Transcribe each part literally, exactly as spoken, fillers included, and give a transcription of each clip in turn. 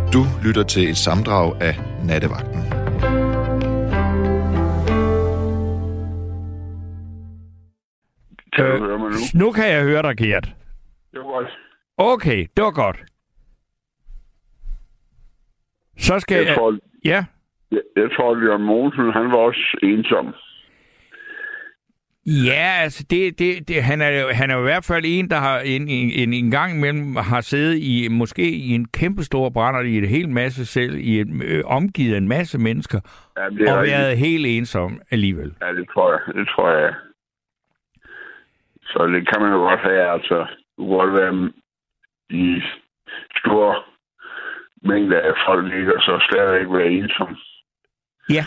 Du lytter til et sammendrag af Nattevagten. Kan du høre mig nu? Nu kan jeg høre dig, Gert. Det var godt. Okay, det var godt. Så skal Jeg jeg... tror, Ja. jeg, jeg tror, at Jørgen Mogensen, han var også ensom. Ja, altså, det, det, det, han, er, jo- han er jo i hvert fald en, der har en, en, en, en gang imellem har siddet i, måske i en kæmpe stor brænder i et helt masse selv, i et, øh, omgivet af en masse mennesker, Ja, det er og rigtigt. været helt ensom alligevel. Ja, det tror jeg. Det tror jeg. Så det kan man jo godt have, altså. Du kan godt være i store mængder af folk, ikke? Og så stadigvæk være ensom. Ja.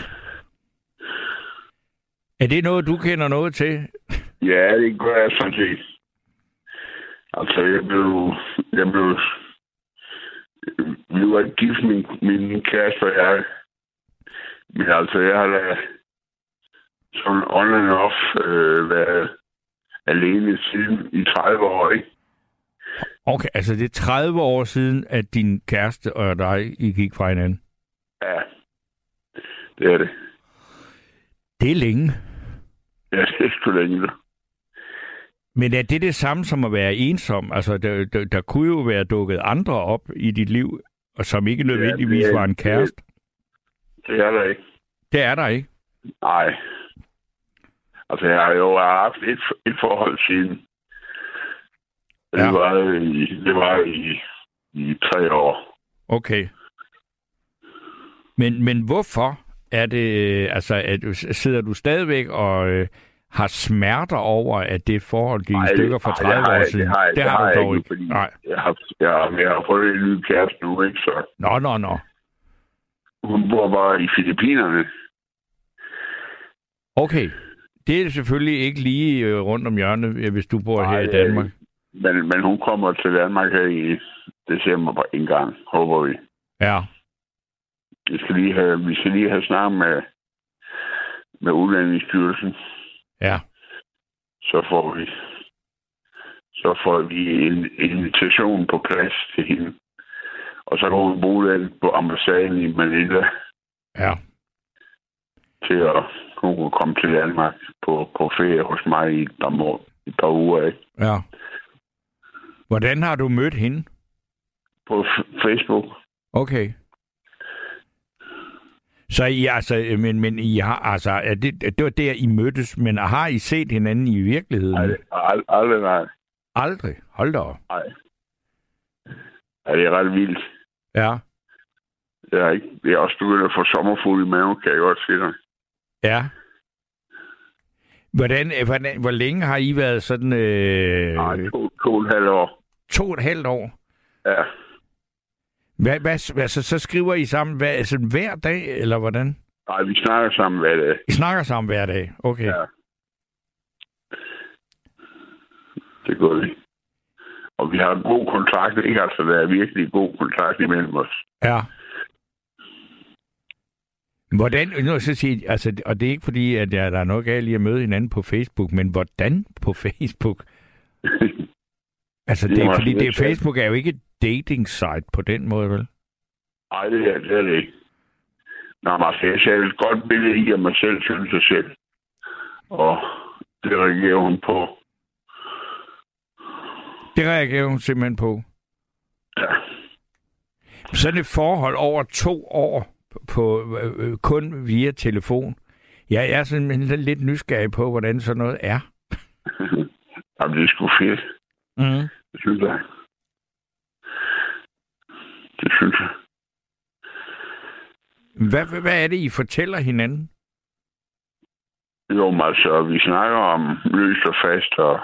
Er det noget, du kender noget til? Ja, det gør jeg sådan set. Altså, jeg blev... Jeg blev... Vi var ikke gift, min, min kæreste og jeg. Men altså, jeg har da sådan on and off øh, været alene siden i tredive år, ikke? Okay, altså det er tredive år siden, at din kæreste og dig, I gik fra hinanden. Ja, det er det. Det er længe. Ja, det er sgu længe. Men er det det samme som at være ensom? Altså, der, der, der kunne jo være dukket andre op i dit liv, og som ikke nødvendigvis Ja, det er- var en kæreste. Det er der ikke. Det er der ikke. Nej. Altså, jeg har jo haft et, et forhold siden. Det Ja. var i, det var i, i tre år. Okay. Men, men hvorfor er det, altså, at, sidder du stadigvæk og øh, har smerter over, at det forhold gik i Nej, stykker for nej, det tredive har år jeg- siden? det har jeg- det det har har du jeg dog ikke, ikke. fordi- Nej. Jeg har, jeg har, jeg har fået en ny kæreste nu, ikke? Så Nå, nå, nå. hun bor bare i Filippinerne. Okay. Det er selvfølgelig ikke lige øh, rundt om hjørnet, øh, hvis du bor her i Nej, Danmark. Men, men hun kommer til Danmark her i december på en gang, håber vi. Ja. Vi skal lige have, vi skal lige have snakket med, med Udlændingsstyrelsen. Ja. Så får vi så får vi en invitation på plads til hende. Og så kan hun bruge den på ambassaden i Manila Ja. til at hun kunne komme til Danmark på, på ferie hos mig i et par, må- et par uger. Ikke? Ja. Hvordan har du mødt hende? På f- Facebook. Okay. Så I altså, men, men I har, altså, er det, det var der, I mødtes, men har I set hinanden i virkeligheden? Nej, ald- aldrig nej. Aldrig. Hold da op. Nej. Ja, det er ret vildt. Ja. Jeg er, ikke, jeg er også begyndt at få sommerfugl i maven, kan jeg godt sige dig. Ja. Hvordan, hvordan, hvor længe har I været sådan... Øh, Nej, to, to og et halvt år. to og et halvt år? Ja. Hvad, hvad, hvad, så, så skriver I sammen hvad, altså, hver dag, eller hvordan? Nej, vi snakker sammen hver dag. I snakker sammen hver dag? Okay. Ja. Det går vi. Og vi har en god kontakt, ikke? Altså, der er virkelig god kontakt imellem os. Ja. Hvordan, nu så sige, altså, og det er ikke fordi, at der, der er noget galt i at møde hinanden på Facebook, men hvordan på Facebook? Altså, det, Det er er, meget fordi det, svært. Facebook er jo ikke et dating site på den måde, vel? Nej, det er det, er det ikke. Nå, men altså, jeg ser et godt billede i af mig selv, synes jeg selv. Og det reagerer hun på. Det reagerer hun simpelthen på. Ja. Sådan et forhold over to år på øh, øh, kun via telefon. Ja, jeg er simpelthen lidt nysgerrig på, hvordan sådan noget er. Jamen, det er sgu fedt. Mm. Det synes jeg. Det synes jeg. Hvad, hvad- hvad er det, I fortæller hinanden? Jo, men altså, vi snakker om løst og fast, og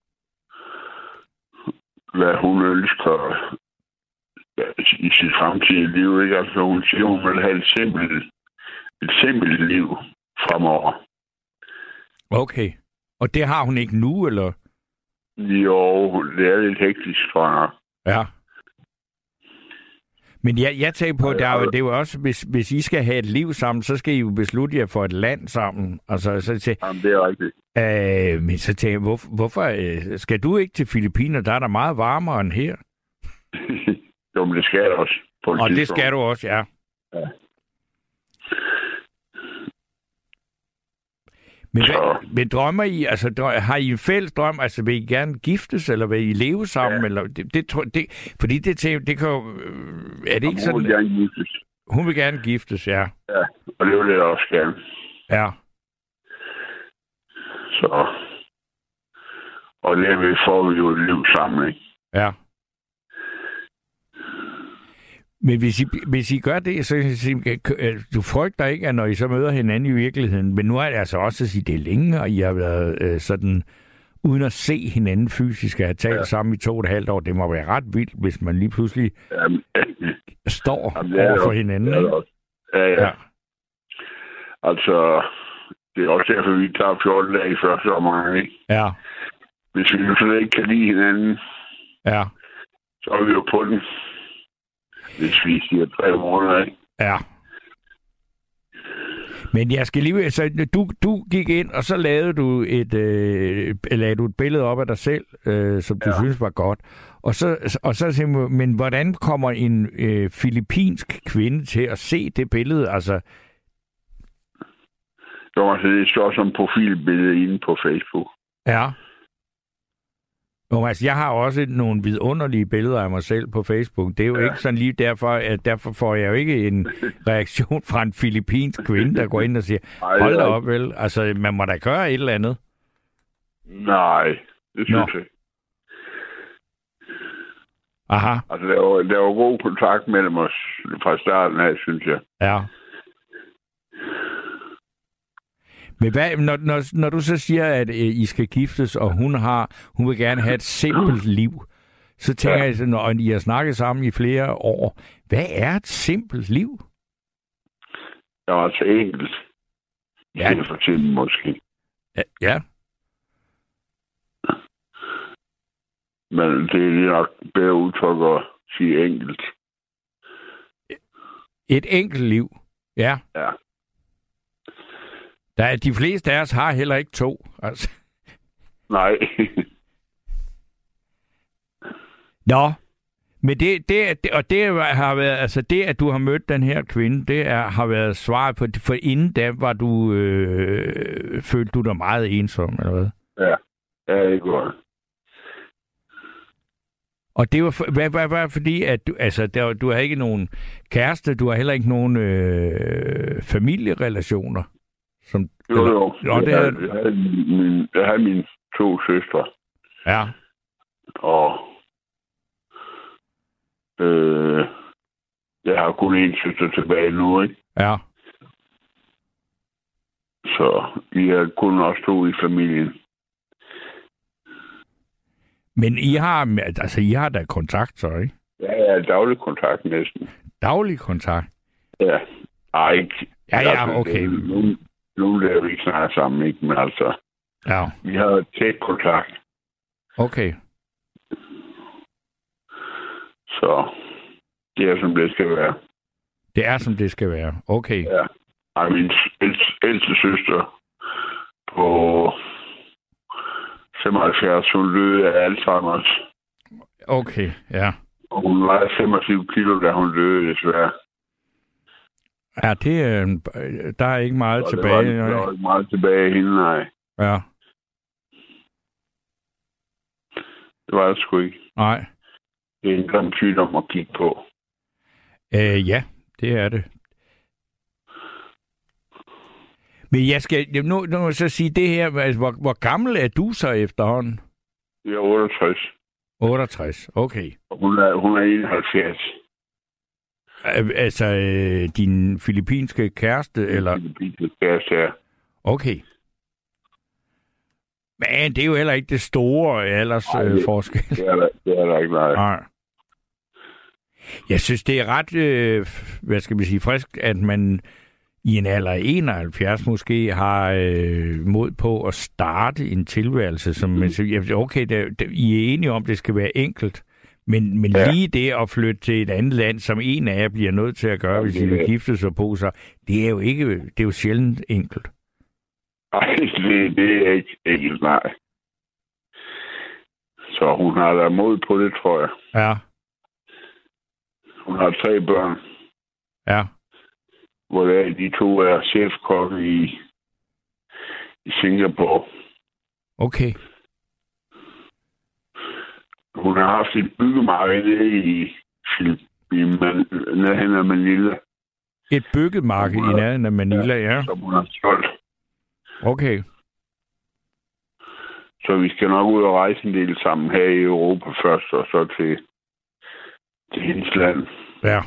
hvad hun ønsker ja, i sit fremtidige liv. Ikke? Altså, hun siger, hun vil have et simpelt, et simpelt liv fremover. Okay. Og det har hun ikke nu, eller? Jo, det er lidt hektisk, tror jeg. Ja. Men jeg, jeg tænker på, der er jo, det er jo også, hvis, hvis I skal have et liv sammen, så skal I jo beslutte jer for et land sammen. Altså, så til, Jamen, det er rigtigt. øh, men så tænker jeg, hvor, hvorfor øh, skal du ikke til Filippiner? Der er der meget varmere end her. Jo, men det skal jeg også. På og det skal du også, ja. Ja. Men, hvad, men drømmer I, altså drø, har I en fælles drøm, altså vil I gerne giftes, eller vil I leve sammen, ja. eller det, det, det, fordi det, det kan jo, er det ikke sådan? Hun vil gerne giftes. Hun vil gerne giftes, ja. Ja, og det vil jeg også gerne. Ja. Så, og derved får vi jo et liv sammen, ikke? Ja. Men hvis I, hvis I gør det, så du frygter ikke, at når I så møder hinanden i virkeligheden, men nu er det altså også at sige, det er længe, og I har været øh, sådan, uden at se hinanden fysisk, at have talt ja. sammen i to og et halvt år. Det må være ret vildt, hvis man lige pludselig Jamen, står Jamen, over for hinanden. Det ja, ja, ja. Altså, det er også derfor, vi tager fjorten dage i første omgang, ikke? Ja. Hvis vi nu slet ikke kan lide hinanden, ja. så er vi jo på den. Hvis vi siger tre måneder, ikke? Ja. Men jeg skal lige... Altså, du, du gik ind, og så lavede du et, øh, lavede du et billede op af dig selv, øh, som du ja. synes var godt. Og så, og så siger man, men hvordan kommer en øh, filippinsk kvinde til at se det billede? Altså... Det var altså, det står som profilbillede inde på Facebook. Ja. Jo, altså, jeg har også nogle vidunderlige billeder af mig selv på Facebook. Det er jo ja. ikke sådan lige derfor, at derfor får jeg jo ikke en reaktion fra en filippinsk kvinde, der går ind og siger, hold da op, vel? Altså, man må da gøre et eller andet. Nej, det synes jeg. Aha. Altså, der var, der var god kontakt mellem os fra starten af, synes jeg. Ja. Men hvad, når, når, når du så siger, at øh, I skal giftes, og hun har, hun vil gerne have et simpelt liv, så tænker ja. jeg, når I har snakket sammen i flere år, hvad er et simpelt liv? Det er altså enkelt. Ja. Det er for tiden måske. Ja. ja. Men det er lige nok bedre udtryk at sige enkelt. Et enkelt liv? Ja. Ja. Der er, de fleste af os har heller ikke to. Altså. Nej. Nå, men det, det, det, og det har været, altså det, at du har mødt den her kvinde, det er, har været svaret på, for inden da var du, øh, følte du dig meget ensom, eller hvad? Ja, ja, det går. Og det var, hvad, hvad, hvad, fordi, at du, altså, der, du har ikke nogen kæreste, du har heller ikke nogen øh, familierelationer? Som, jo, jo. jo det jeg, er... jeg, havde min, jeg havde mine to søstre. Ja. Og øh, jeg har kun en søster tilbage nu, ikke? Ja. Så vi er kun også to i familien. Men I har, altså, I har da kontakt, så, ikke? Ja, ja, daglig kontakt næsten. Daglig kontakt? Ja. Ej, ikke. Ja, ja, okay. Nu, nu lader vi ikke snart sammen, ikke? Men altså, ja. Vi har tæt kontakt. Okay. Så det er, som det skal være. Det er, som det skal være. Okay. Ja. Ej, min ældste søster på femoghalvfjerds, hun døde af Alzheimer's. Okay, ja. Og hun vejede femogtyve kilo, da hun døde, desværre. Ja, det, der er ikke meget og tilbage. Der var, der var ikke meget tilbage af hende, nej. Ja. Det var det sgu ikke. Nej. Det er en grim sygdom at kigge på. Øh, ja, det er det. Men jeg skal nu, nu må jeg så sige det her, altså, hvor, hvor gammel er du så efterhånden? Jeg er otteogtres. otteogtres, okay. Og hun er, hun er enoghalvfjerds. Altså, øh, din filippinske kæreste, din eller? Filippinske kæreste, ja. Okay. Men det er jo heller ikke det store alders Ej, øh, forskel. Det er der, det er der ikke, nej. nej. Jeg synes, det er ret, øh, hvad skal vi sige, frisk, at man i en alder af enoghalvfjerds måske har øh, mod på at starte en tilværelse, som mm. man siger, okay, der, der, I er enige om, det skal være enkelt, men, men ja. lige det at flytte til et andet land, som en af jer bliver nødt til at gøre, ja, hvis I vil gifte sig på sig, det er jo ikke, det er jo sjældent enkelt. Nej, det, det er ikke enkelt, nej. Så hun har da mod på det, tror jeg. Ja. Hun har tre børn. Ja. Hvor de to er chefkokke i, i Singapore. Okay. Hun har haft et byggemarked nede i, i Man, nærheden af Manila. Et byggemarked i nærheden af Manila, ja. ja. Som hun har solgt. Okay. Så vi skal nok ud og rejse en del sammen her i Europa først, og så til, til hendes land. Ja.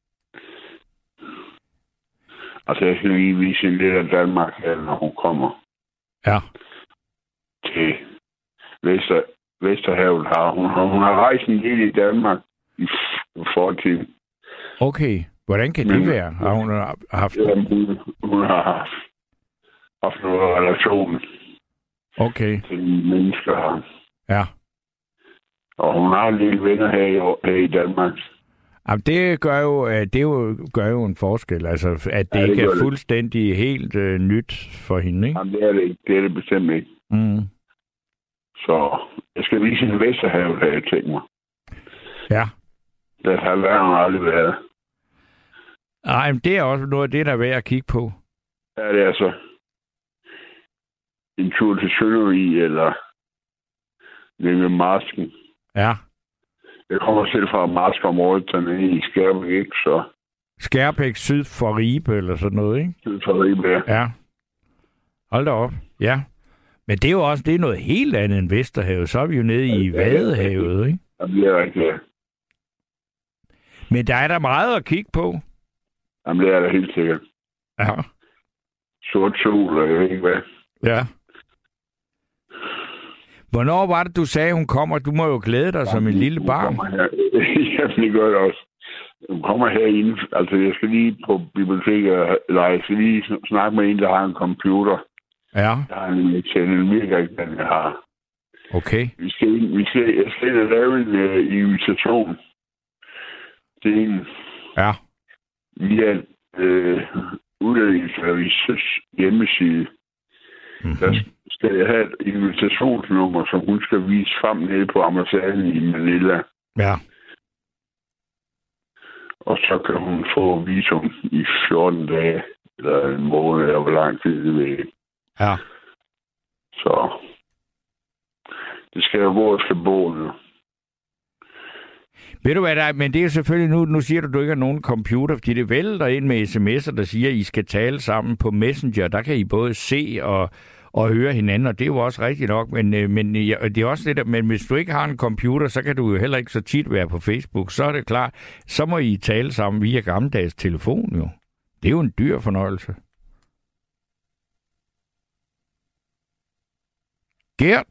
Altså, jeg skal lige vise en lidt af Danmark her, når hun kommer. Ja. Til Vester, Vesterhavet. Har. Hun, hun har rejst en del i Danmark i fortiden. Okay. Hvordan kan det Men, være? Har hun haft... Ja, hun, hun har haft, haft noget relation. Okay. Til mennesker. Ja. Og hun har en lille venner her i, her i Danmark. Jamen, det gør jo, det jo, gør jo en forskel, altså, at det, ja, det ikke er fuldstændig det. helt uh, nyt for hende, ikke? Jamen, det er det ikke. Det er det bestemt ikke. Mm. Så jeg skal vise en Vesterhavet, har jeg tænkt mig. Ja. Der har været aldrig været. Nej, men det er også noget af det, der er værd at kigge på. Ja, det er så. En tur til Søndervig, eller ved Marsken. Ja. Jeg kommer selv fra Marskområdet, dernede i Skærbæk, ikke? Så... Skærbæk syd for Ribe, eller sådan noget, ikke? Syd for Ribe, ja. Ja. Hold da op. Ja. Men det er jo også det er noget helt andet end Vesterhavet. Så er vi jo nede i ja, Vadehavet, ikke? Ja, det er rigtigt, ja. Men der er der meget at kigge på. Jamen, det er der helt sikkert. Ja. Sort sol, og jeg ved ikke hvad. Ja. Hvornår var det, du sagde, hun kommer? Du må jo glæde dig som en lille barn. Jamen, det gør det også. Hun kommer herinde. Altså, jeg skal lige på biblioteket, eller jeg skal lige snakke med en, der har en computer. Ja. Der har en Excel, virker ikke, den jeg har. Okay. Vi skal, vi skal, jeg skal lave en uh, invitation til en. Ja. Via øh, Udlændingsservices hjemmeside. Mm-hmm. Der skal jeg have et invitationsnummer, som hun skal vise frem nede på ambassaden i Manila. Ja. Og så kan hun få visum i fjorten dage, eller en måned, eller hvor lang tid det ved. Ja. Så det skal jo gå efter bogen. Ved du hvad der er? Men det er selvfølgelig nu, nu siger du, at du ikke har nogen computer, fordi det vælter ind med sms'er, der siger, at I skal tale sammen på Messenger. Der kan I både se og, og høre hinanden, og det er jo også rigtigt nok. Men, men ja, det er også det der, men hvis du ikke har en computer, så kan du jo heller ikke så tit være på Facebook. Så er det klart, så må I tale sammen via gammeldags telefon jo. Det er jo en dyr fornøjelse. Gert?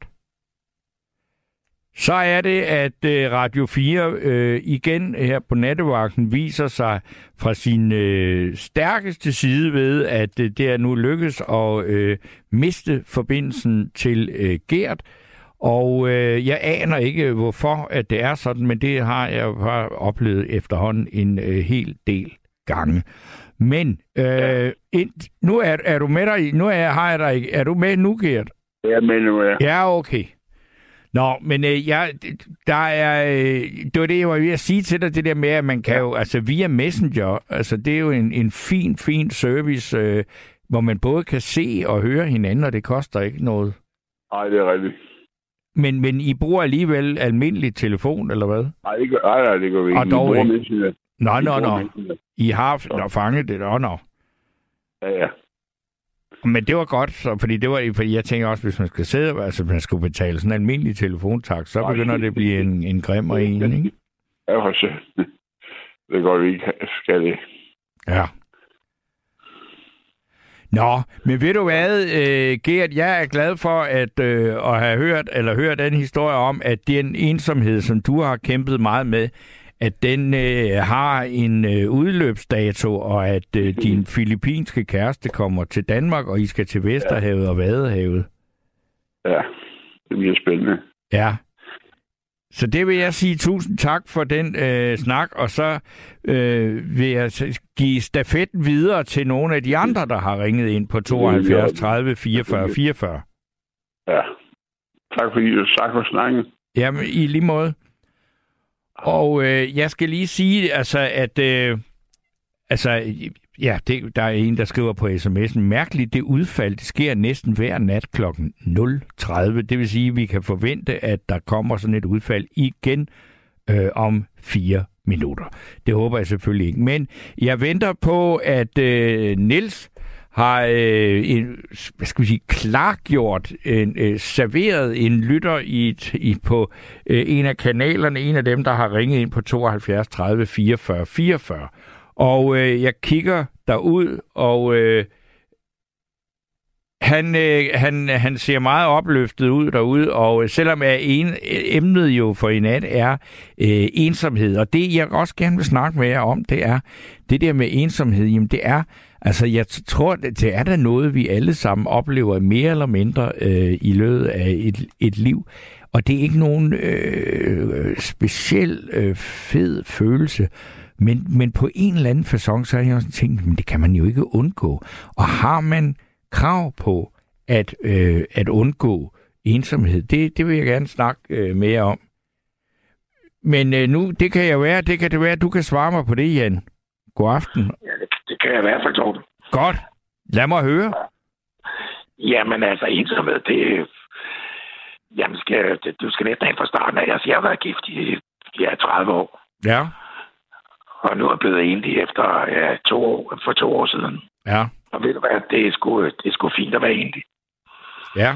Så er det, at øh, Radio fire øh, igen her på nattevagten viser sig fra sin øh, stærkeste side ved, at øh, det er nu lykkes at øh, miste forbindelsen til øh, Gert. Og øh, jeg aner ikke, hvorfor at det er sådan, men det har jeg har oplevet efterhånden en øh, hel del gange. Men øh, ind, nu er, er du med dig, nu er, har jeg dig, er du med nu, Gert? Ja, men nu er Ja, okay. Nå, men øh, jeg, der er, øh, det var det, jeg var ved at sige til dig, det der med, at man kan jo, altså via Messenger, altså det er jo en, en fin, fin service, øh, hvor man både kan se og høre hinanden, og det koster ikke noget. Nej, det er rigtigt. Men, men I bruger alligevel almindelig telefon, eller hvad? Nej, det gør, nej, nej, det gør vi ikke. Og dog ikke. Messenger. Nå, nå, nå. I har nå, fanget det, nå, nå. Ja, ja. Men det var godt, så, fordi det var, fordi jeg tænker også, hvis man skal sidde, altså man skulle betale sådan en almindelig telefontak, så begynder det at blive en, en grim og en, ikke? Ja, for så. Det går vi ikke, skal det. Ja. Nå, men ved du hvad, øh, Gert, jeg er glad for at, øh, at have hørt, eller hørt den historie om, at den ensomhed, som du har kæmpet meget med, at den øh, har en øh, udløbsdato, og at øh, din filippinske kæreste kommer til Danmark, og I skal til Vesterhavet ja. og Vadehavet. Ja, det bliver spændende. Ja. Så det vil jeg sige tusind tak for den øh, snak, og så øh, vil jeg give stafetten videre til nogle af de andre, der har ringet ind på tooghalvfjerds tredive fireogfyrre fireogfyrre. Ja, tak fordi du sagde for snakken. Jamen, i lige måde. Og øh, jeg skal lige sige, altså, at øh, altså, ja, det, der er en, der skriver på sms'en, mærkeligt det udfald, det sker næsten hver nat klokken nul tredive. Det vil sige, at vi kan forvente, at der kommer sådan et udfald igen øh, om fire minutter. Det håber jeg selvfølgelig ikke. Men jeg venter på, at øh, Niels har øh, en, hvad skal vi sige, klargjort, en, øh, serveret en lytter i, i, på øh, en af kanalerne, en af dem, der har ringet ind på tooghalvfjerds tredive fireogfyrre fireogfyrre. Og øh, jeg kigger derud, og øh, han, øh, han, han ser meget opløftet ud derude, og selvom er en, emnet jo for i nat er øh, ensomhed, og det jeg også gerne vil snakke med jer om, det er det der med ensomhed, jamen det er, altså jeg tror, det er da noget, vi alle sammen oplever mere eller mindre øh, i løbet af et, et liv, og det er ikke nogen øh, speciel øh, fed følelse, men, men på en eller anden facon, så har jeg også tænkt, men det kan man jo ikke undgå, og har man krav på at, øh, at undgå ensomhed. Det, det vil jeg gerne snakke øh, mere om. Men øh, nu, det kan jeg være, det kan det være, at du kan svare mig på det, Jan. God aften. Ja, det, det kan jeg i hvert fald, Torben. Godt. Lad mig høre. Jamen altså, ensomhed, det... Jamen, skal, det, du skal næsten ind fra starten af. Altså, jeg har været gift i ja, tredive år. Ja. Og nu er jeg blevet enlig efter ja, to år, for to år siden. Ja. Og ved du hvad, det er sgu, det er sgu fint at være enlig. Ja.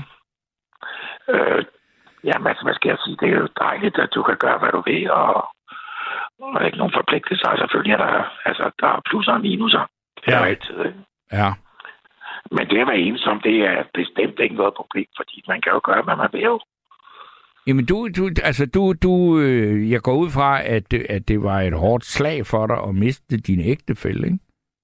Øh, jamen altså, hvad skal jeg sige? Det er jo dejligt, at du kan gøre, hvad du vil, og, og der er ikke nogen forpligtelser. Selvfølgelig er der, altså, der er plusser og minuser. Det er Ja. altid. Ja. Men det at være ensom, det er bestemt ikke noget problem, fordi man kan jo gøre, hvad man vil jo. Jamen du, du altså du, du, øh, jeg går ud fra, at, at det var et hårdt slag for dig at miste din ægtefælle, ikke?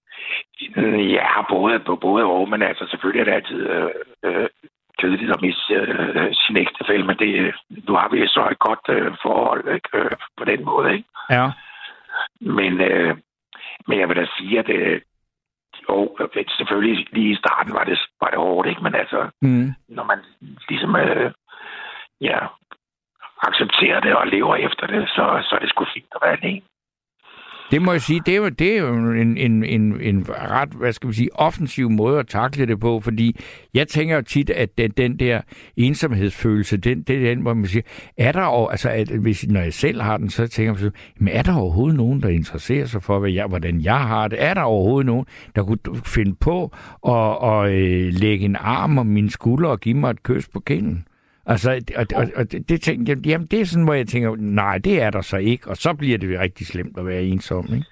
Ja, både, både og, men altså selvfølgelig er det altid øh, øh, kedeligt at miste øh, sin ægtefælle, men det, nu har vi så et godt øh, forhold, ikke? Øh, på den måde, ikke? Ja. Men, øh, men jeg vil da sige, at øh, jo, selvfølgelig lige i starten var det, var det hårdt, ikke? Men altså, mm. når man ligesom øh, ja, accepterer det og lever efter det, så, så er det sgu fint at være alene. Det må jeg sige, det er jo, det er jo en, en, en, en ret, hvad skal vi sige, offensiv måde at takle det på, fordi jeg tænker jo tit, at den, den der ensomhedsfølelse, den, det er den, hvor man siger, er der over, altså at, hvis, når jeg selv har den, så tænker jeg, men er der overhovedet nogen, der interesserer sig for, hvad jeg, hvordan jeg har det? Er der overhovedet nogen, der kunne finde på at, at, at lægge en arm om min skulder og give mig et kys på kinden? Altså, og, og, og det, det, tænker, jamen, det er sådan, hvor jeg tænker, nej, det er der så ikke, og så bliver det rigtig slemt at være ensom, ikke?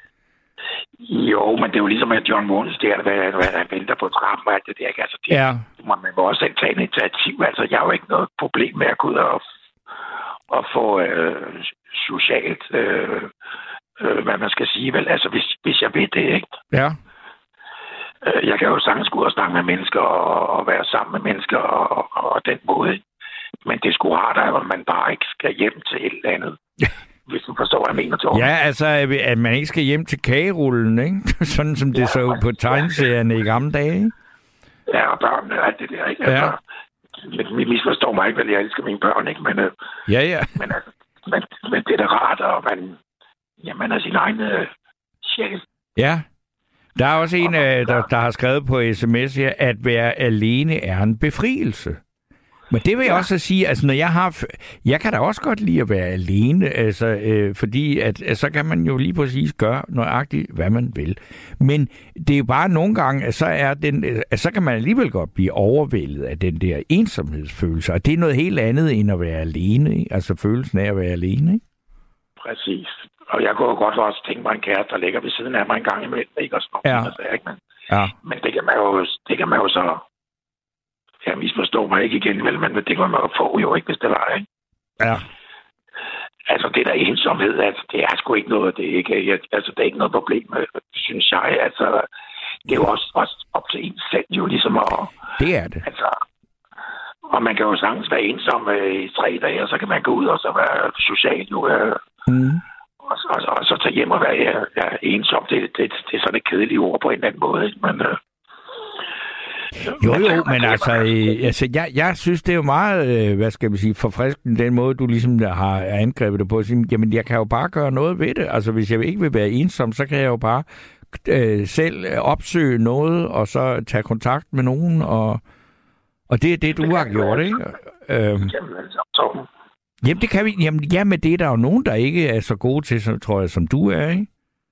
Jo, men det er jo ligesom, at John Mogens der, hvad han venter på trappen og alt det der, ikke? Altså, det, ja. man må også selv tage initiativ. Altså, jeg har jo ikke noget problem med at gå ud og, og få øh, socialt, øh, øh, hvad man skal sige, vel? Altså, hvis, hvis jeg ved det, ikke? Ja. Øh, jeg kan jo sagtens gå ud og snakke med mennesker og, og være sammen med mennesker og, og, og den måde, ikke? Men det er sgu rart, at man bare ikke skal hjem til et eller andet. Hvis du forstår, hvad jeg mener, Torben. Ja, altså, at man ikke skal hjem til kagerullen, ikke? Sådan som det ja, så på tegneserierne ja. i gamle dage, ikke? Ja, og børnene og alt det der, ikke? Ja. Altså, vi misforstår mig ikke, vel? Jeg elsker mine børn, ikke? Men, ja, ja. Men, altså, men, men det er da rart, og man, ja, man er sin egen uh, sjæl. Ja. Der er også en, og, der, der har skrevet på sms her, at være alene er en befrielse. Men det vil jeg ja. også sige, altså når jeg har, jeg kan da også godt lide at være alene, altså øh, fordi at, at så kan man jo lige præcis gøre nøjagtigt, hvad man vil. Men det er jo bare nogle gange, at så er den, at så kan man alligevel godt blive overvældet af den der ensomhedsfølelse, og det er noget helt andet end at være alene, ikke? Altså følelsen af at være alene, ikke? Præcis. Og jeg kunne godt også tænke mig en kæreste, der ligger ved siden af mig en gang imellem, ikke? Og sådan noget, ja. ikke? Men, ja. men det kan man jo, det kan man jo så. Jeg misforstår mig ikke igen, vel, men det kan man jo få jo ikke, hvis det var, ikke? Ja. Altså, det der ensomhed, altså, det er sgu ikke noget, det er ikke, jeg, altså, det er ikke noget problem, synes jeg, altså, det er jo også, også op til en selv, jo, ligesom at... Det er det. Altså, og man kan jo sagtens være ensom øh, i tre dage, og så kan man gå ud og så være social, jo, øh, mm. og, og, og, og så tage hjem og være ja, ja, ensom, det, det, det er sådan et kedeligt ord på en eller anden måde, ikke? Men... Øh, Jo, jo, men altså, øh, altså jeg, jeg synes, det er jo meget, øh, hvad skal man sige, forfriskende, den måde, du ligesom har angrebet det på. Jamen, jeg kan jo bare gøre noget ved det. Altså, hvis jeg ikke vil være ensom, så kan jeg jo bare øh, selv opsøge noget, og så tage kontakt med nogen, og, og det er det, du har gjort, ikke? Øhm, jamen, det kan vi. Jamen, ja, men det er der jo nogen, der ikke er så gode til, så, tror jeg, som du er, ikke?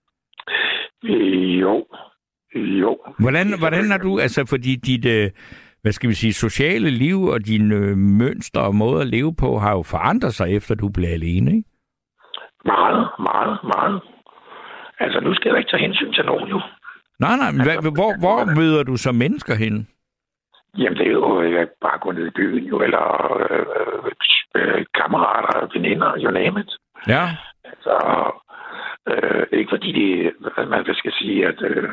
Jo. Jo. Hvordan, hvordan har du, altså fordi dit, øh, hvad skal vi sige, sociale liv og dine øh, mønstre og måde at leve på har jo forandret sig, efter du blev alene, ikke? Meget, meget, meget. Altså, nu skal jeg ikke tage hensyn til nogen, jo. Nej, nej, men altså, hvad, hvor, hvor møder du så mennesker hen? Jamen, det er jo øh, bare gå ned i byen, jo, eller øh, øh, kammerater, veninder, you name it. Ja. Altså, øh, ikke fordi de, man skal sige, at øh,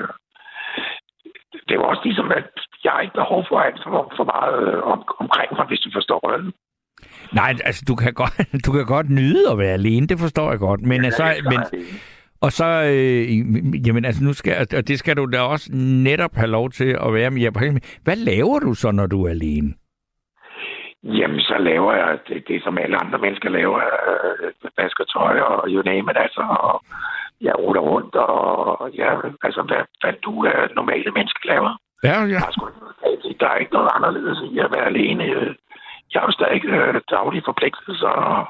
det er også ligesom, at jeg har ikke behov for at for, for meget øh, om, omkring mig, hvis du forstår det. Nej, altså, du kan godt, du kan godt nyde at være alene, det forstår jeg godt. Men, ja, altså, men, og så, øh, jamen altså, nu skal, og det skal du da også netop have lov til at være med. Hvad laver du så, når du er alene? Jamen, så laver jeg det, det som alle andre mennesker laver. Øh, vasker tøj og you name it, altså. Og jeg ruller rundt, og ja, altså, hvad, hvad du er normale mennesker laver. Ja, ja. Der er, sgu, der er ikke noget anderledes i at være alene. Jeg har jo stadig øh, daglige forpligtelser. Og,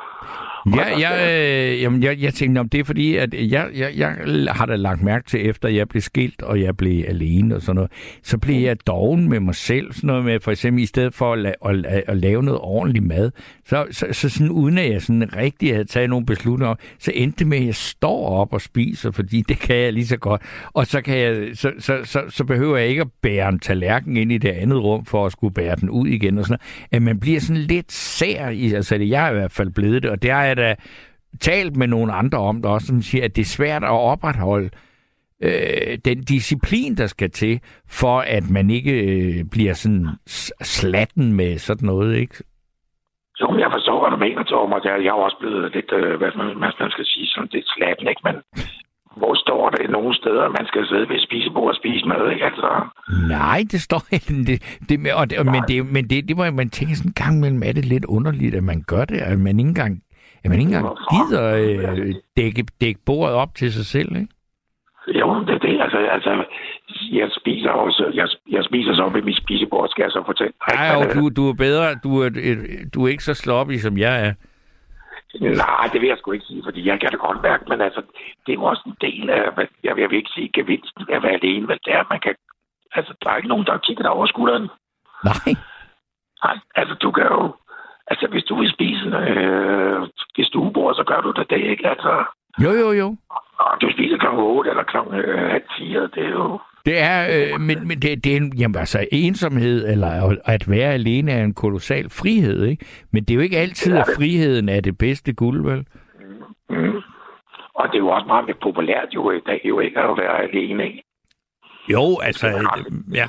ja, jeg, øh, jamen, jeg, jeg tænkte om det er fordi, at jeg, jeg, jeg har da lagt mærke til, efter jeg blev skilt, og jeg blev alene og sådan noget, så blev jeg doven med mig selv, sådan noget med, for eksempel i stedet for at, la- at, at lave noget ordentligt mad, så, så, så sådan, uden at jeg sådan rigtig havde taget nogle beslutninger, så endte det med, at jeg står op og spiser, fordi det kan jeg lige så godt, og så, kan jeg, så, så, så, så behøver jeg ikke at bære en tallerken ind i det andet rum, for at skulle bære den ud igen, og sådan noget. At man bliver sådan lidt sær i, altså det jeg er i hvert fald blevet det, og det har jeg da talt med nogle andre om det også, som siger, at det er svært at opretholde øh, den disciplin, der skal til, for at man ikke øh, bliver sådan slatten med sådan noget, ikke? Jo, men jeg forstår, hvad du mener, Torben. Jeg er jo også blevet lidt, øh, hvad man, man skal sige, sådan lidt slatten, ikke? Men hvor står det nogle steder, man skal sidde ved et spisebord og spise mad, ikke? Altså... Nej, det står ikke. Det, det, med, og det, men det, men det, det må man tænke sådan en gang imellem, er det lidt underligt, at man gør det, at man ikke engang At man ikke engang gider øh, dække, dække bordet op til sig selv, ikke? Jo, det er det. Altså, altså jeg spiser også, jeg, jeg spiser så ved mit spisebord, skal jeg så fortælle. Nej, jo, du, du er bedre. Du er, du er ikke så sloppy, som jeg er. Nej, det vil jeg sgu ikke sige, fordi jeg kan det godt mærke, men altså, det er jo også en del af, jeg vil ikke sige gevinsten af at være alene, vel, det er, man kan, altså, der er ikke nogen, der kigger dig over skulderen. Nej. Nej, altså, du kan jo, altså, hvis du vil spise øh, et stuebord, så gør du det, det ikke, altså. Jo, jo, jo. Og du spiser klokken otte eller klokken øh, halv fire, det er jo... Det er, øh, men, men det, det er en, jamen, altså, ensomhed, eller at være alene er en kolossal frihed, ikke? Men det er jo ikke altid, at friheden er det bedste guld, vel? Mm. Mm. Og det er jo også meget mere populært jo i dag, jo ikke at være alene, ikke? Jo, altså... Ja.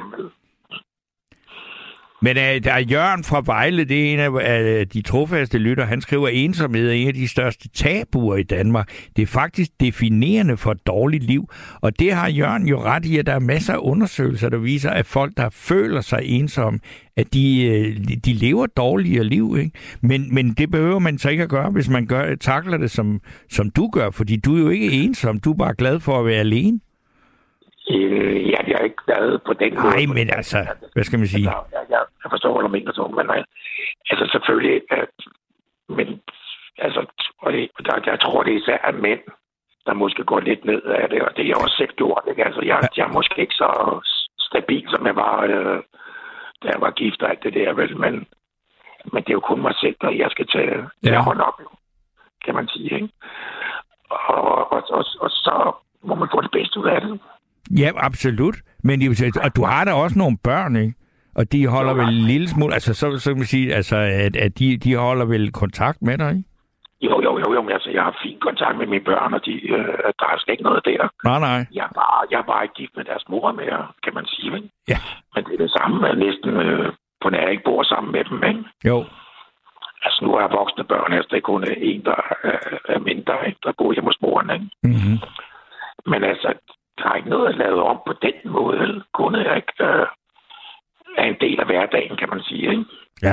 Men uh, der er Jørgen fra Vejle, det er en af uh, de trofaste lytter. Han skriver, at ensomhed er en af de største tabuer i Danmark. Det er faktisk definerende for et dårligt liv. Og det har Jørgen jo ret i, at der er masser af undersøgelser, der viser, at folk, der føler sig ensomme, at de, uh, de lever dårligere liv. Ikke? Men, men det behøver man så ikke at gøre, hvis man gør, takler det, som, som du gør. Fordi du er jo ikke ensom. Du er bare glad for at være alene. Øh, ja, jeg er ikke glad på den måde. Nej, men altså, hvad skal man sige? Altså, jeg, jeg, jeg forstår, hvad du mener, så, men altså selvfølgelig, at, men altså, der, jeg tror, det er især mænd, der måske går lidt ned af det, og det er jeg også selv gjort, ikke? Altså, jeg, jeg er måske ikke så stabil, som jeg var, øh, da jeg var gift og alt det der, vel, men, men det er jo kun mig selv, der jeg skal tage ja. hånd op, kan man sige, ikke? Og, og, og, og så må man få det bedste ud af det. Ja, absolut. Men og du har da også nogle børn, ikke? Og de holder vel en lille smule, altså så, så kan man sige, altså, at, at de, de holder vel kontakt med dig, ikke? Jo, jo, jo, jo, men altså, jeg har fin kontakt med mine børn, og de, øh, der er slet ikke noget der. Nej, nej. Jeg er bare, jeg er bare ikke gift med deres mor mere, kan man sige, ikke? Ja. Men det er det samme, at næsten øh, på nær jeg ikke bor sammen med dem, ikke? Jo. Altså, nu er jeg voksne børn, altså, det er kun en, der er, er mindre, ikke? Der bor hjemme hos moren, ikke? Mm-hmm. Men altså, der er ikke noget at lave om på den måde, kunne jeg ikke. Øh, Ja.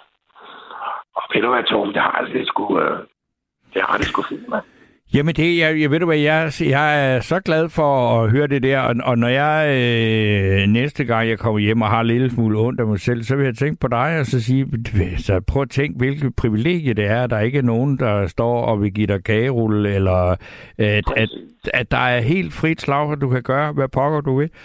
Og ved du hvad, Tom, det har det sgu, øh, det har det sgu fint, mand. Jamen, det, jeg, jeg ved du hvad, jeg, jeg er så glad for at høre det der, og, og når jeg øh, næste gang jeg kommer hjem og har en lille smule ondt af mig selv, så vil jeg tænke på dig og så sige, så prøv at tænke, hvilket privilegie det er, at der ikke er nogen, der står og vil give dig kagerulle, eller at, at, at der er helt frit slag, at du kan gøre, hvad pokker du vil.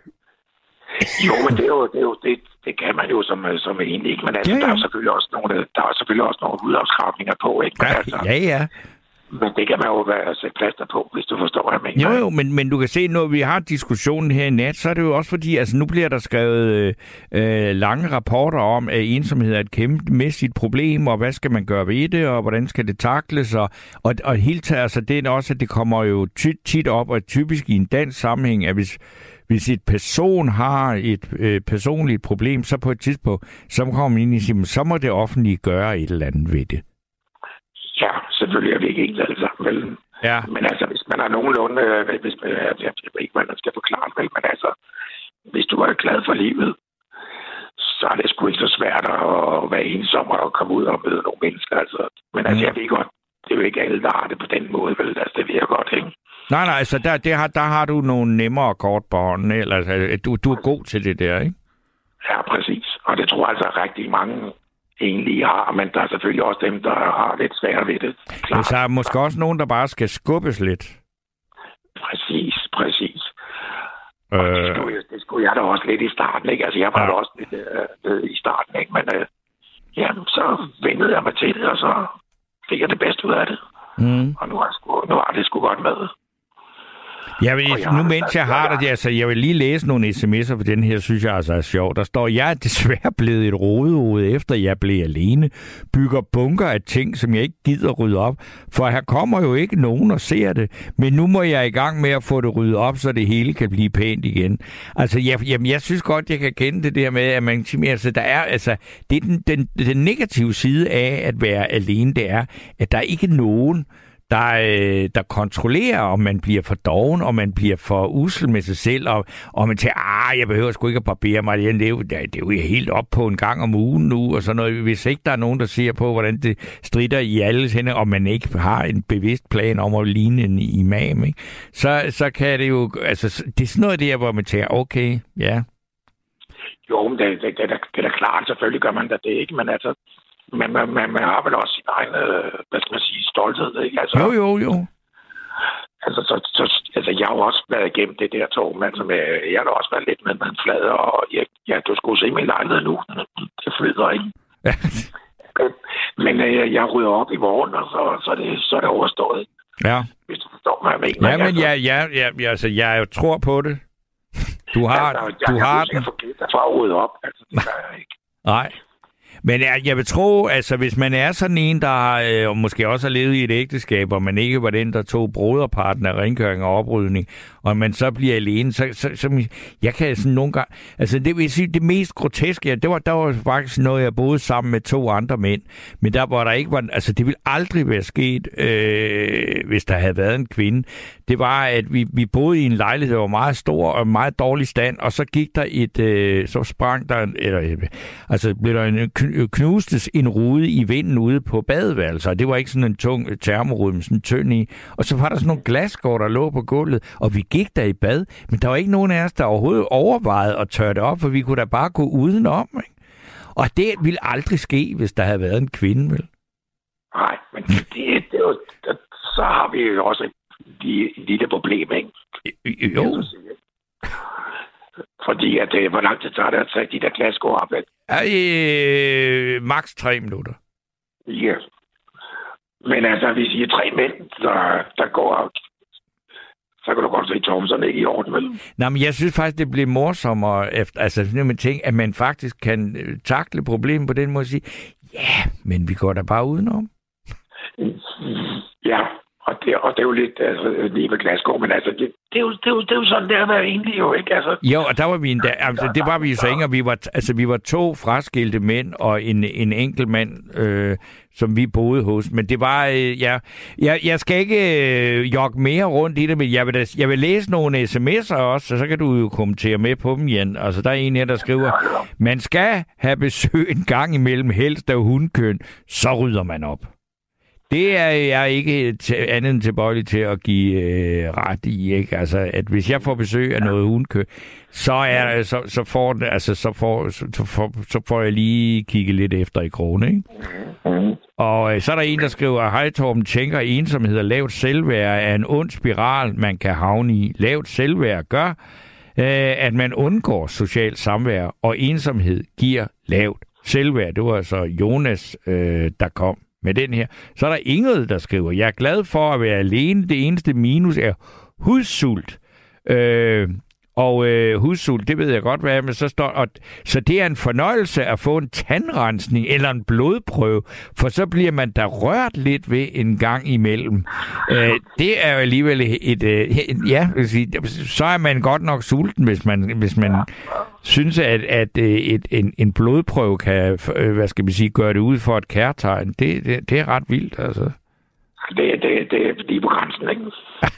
Jo, men det er jo, det, er jo, det, det kan man jo som, som egentlig ikke, men altså, ja, ja. der er selvfølgelig også nogle, der er selvfølgelig også nogle hudafskrabninger på, ikke? Men ja, altså, ja, ja. Men det kan man jo være sætte plaster på, hvis du forstår, hvad jeg mener. Jo, jo, men, men du kan se, når vi har diskussionen her i nat, så er det jo også fordi, altså nu bliver der skrevet øh, lange rapporter om, at ensomhed er et kæmpemæssigt problem, og hvad skal man gøre ved det, og hvordan skal det takles, og, og, og helt taget, altså det er også, at det kommer jo tit, tit op, og typisk i en dansk sammenhæng, at hvis Hvis et person har et øh, personligt problem, så på et tidspunkt, så kommer man ind i sig, så må det offentlige gøre et eller andet ved det. Ja, selvfølgelig er vi ikke helt alle sammen, vel? Ja. Men altså, hvis man er nogenlunde, hvis man, jeg, jeg ved ikke, hvad man skal forklare, vel? Men altså, hvis du er glad for livet, så er det sgu ikke så svært at være ensom og komme ud og møde nogle mennesker, altså. Men altså, mm. jeg ved godt, det er jo ikke alle, der har det på den måde, vel? Altså, det ved jeg godt, ikke? Nej, nej, altså der, det har, der har du nogle nemmere kort på hånden, eller altså, du, du er god til det der, ikke? Ja, præcis. Og det tror jeg altså rigtig mange egentlig har, men der er selvfølgelig også dem, der har lidt svært ved det. Men så er måske også nogen, der bare skal skubbes lidt. Præcis, præcis. Øh... Det, skulle, det skulle jeg da også lidt i starten, ikke? Altså, jeg var ja. da også lidt øh, i starten, ikke? Men øh, jamen, så vendede jeg mig til det, og så fik jeg det bedste ud af det. Mm. Og nu er, sgu, nu er det sgu godt med. Jeg vil, nu mens jeg har det, altså, jeg vil lige læse nogle sms'er, for den her synes jeg altså er sjov. Der står, jeg er desværre blevet et rodehoved, efter jeg blev alene. Bygger bunker af ting, som jeg ikke gider rydde op. For her kommer jo ikke nogen og ser det. Men nu må jeg i gang med at få det ryddet op, så det hele kan blive pænt igen. Altså, jeg, jamen, jeg synes godt, jeg kan kende det der med, at man altså, der er, altså, det er den, den, den negative side af at være alene, det er, at der er ikke nogen, Der, øh, der kontrollerer, om man bliver for doven, om man bliver for usel med sig selv, og, og man tænker, ah, jeg behøver sgu ikke at barbere mig, det er, jo, det er jo helt op på en gang om ugen nu, og sådan noget. Hvis ikke der er nogen, der ser på, hvordan det stritter i alles hænder, og man ikke har en bevidst plan om at ligne en imam, ikke? Så, så kan det jo, altså, det er sådan noget der, hvor man tænker, okay, ja. Jo, men det, det, det, det, det er da klart, selvfølgelig gør man da det, ikke? Men altså, Men man, man, man har vel også sin egen, hvad skal man sige, stolthed, ikke? Altså, jo, jo, jo. Altså, så, så, altså, jeg har jo også været igennem det der tog, men altså, jeg har da også været lidt med med en flade, og ja, ja, du skulle se min lejlighed nu. Det flyder, ikke? Men jeg, jeg rydder op i morgen, og så, så, er, det, så er det overstået, ikke? Ja. Hvis du forstår, hvad jeg mener. Ja, men altså, ja, ja, ja, ja, altså, jeg tror på det. Du har, altså, du jeg, har jeg, den. Jeg får givet dig for at rydde op, altså, det gør jeg ikke. Nej. Men jeg, jeg vil tro, altså hvis man er sådan en, der øh, måske også har levet i et ægteskab, og man ikke var den, der tog broderparten af rengøring og oprydning, og man så bliver alene, så, så, så jeg kan sådan nogle gange, altså det vil sige, det mest groteske, det var, der var faktisk noget, jeg boede sammen med to andre mænd, men der hvor der ikke var, altså det ville aldrig være sket, øh, hvis der havde været en kvinde. Det var, at vi, vi boede i en lejlighed, der var meget stor og meget dårlig stand, og så gik der et, øh, så sprang der, eller altså blev der en knustes en rude i vinden ude på badeværelser. Det var ikke sådan en tung termorude, men sådan en tynd i. Og så var der sådan nogle glasskår, der lå på gulvet, og vi gik der i bad, men der var ikke nogen af os, der overhovedet overvejede at tørre det op, for vi kunne da bare gå udenom, ikke? Og det ville aldrig ske, hvis der havde været en kvinde, vel? Nej, men det, det, det, det, så har vi jo også et lille problem, ikke? Jo. Fordi at, hvor lang tid tager det at tage de der glasskår op? Øh, maks tre minutter. Ja. Yes. Men altså, hvis I er tre mænd, der, der går op, så kan du godt se Thomsen ikke i orden, vel? Nej, men jeg synes faktisk, det bliver morsommere, efter, altså, når man tænker, at man faktisk kan takle problemet på den måde og sige, ja, men vi går da bare udenom. Ja, Og det, og det er jo lidt altså, lige ved Glasgow, men altså, det, det, er jo, det, er jo, det er jo sådan, det er været egentlig jo, ikke? Altså, jo, og der var vi endda, altså, det var vi jo så ikke, og vi var, altså, vi var to fraskilte mænd og en, en enkelt mand, øh, som vi boede hos. Men det var, øh, ja, jeg, jeg skal ikke øh, jogge mere rundt i det, men jeg vil, da, jeg vil læse nogle sms'er også, og så kan du jo kommentere med på dem, Jan. Altså, der er en her, der skriver, man skal have besøg en gang imellem, helst af hundkøn, så rydder man op. Det er jeg ikke t- andet end tilbøjelig til at give øh, ret i, ikke? Altså, at hvis jeg får besøg af noget hundkø, så er så, så får det, altså så får så får, så får jeg lige kigge lidt efter i krone, ikke? Mm. Og øh, så er der en, der skriver, hej Torben, tænker ensomhed og lavt selvværd er en ond spiral, man kan havne i. Lavt selvværd gør, øh, at man undgår socialt samvær, og ensomhed giver lavt selvværd. Det var altså Jonas, øh, der kom med den her. Så er der Ingrid, der skriver, jeg er glad for at være alene. Det eneste minus er hudsult. Øh, og øh, hudsult, det ved jeg godt, hvad er, men så står, og, så det er en fornøjelse at få en tandrensning eller en blodprøve, for så bliver man da rørt lidt ved en gang imellem. Øh, det er jo alligevel et, et, et ja, så er man godt nok sulten, hvis man, hvis man synes, at, at et, en, en blodprøve kan, hvad skal man sige, gøre det ud for et kærtegn. Det, det, det er ret vildt, altså. Det, det, det er lige på grænsen, ikke?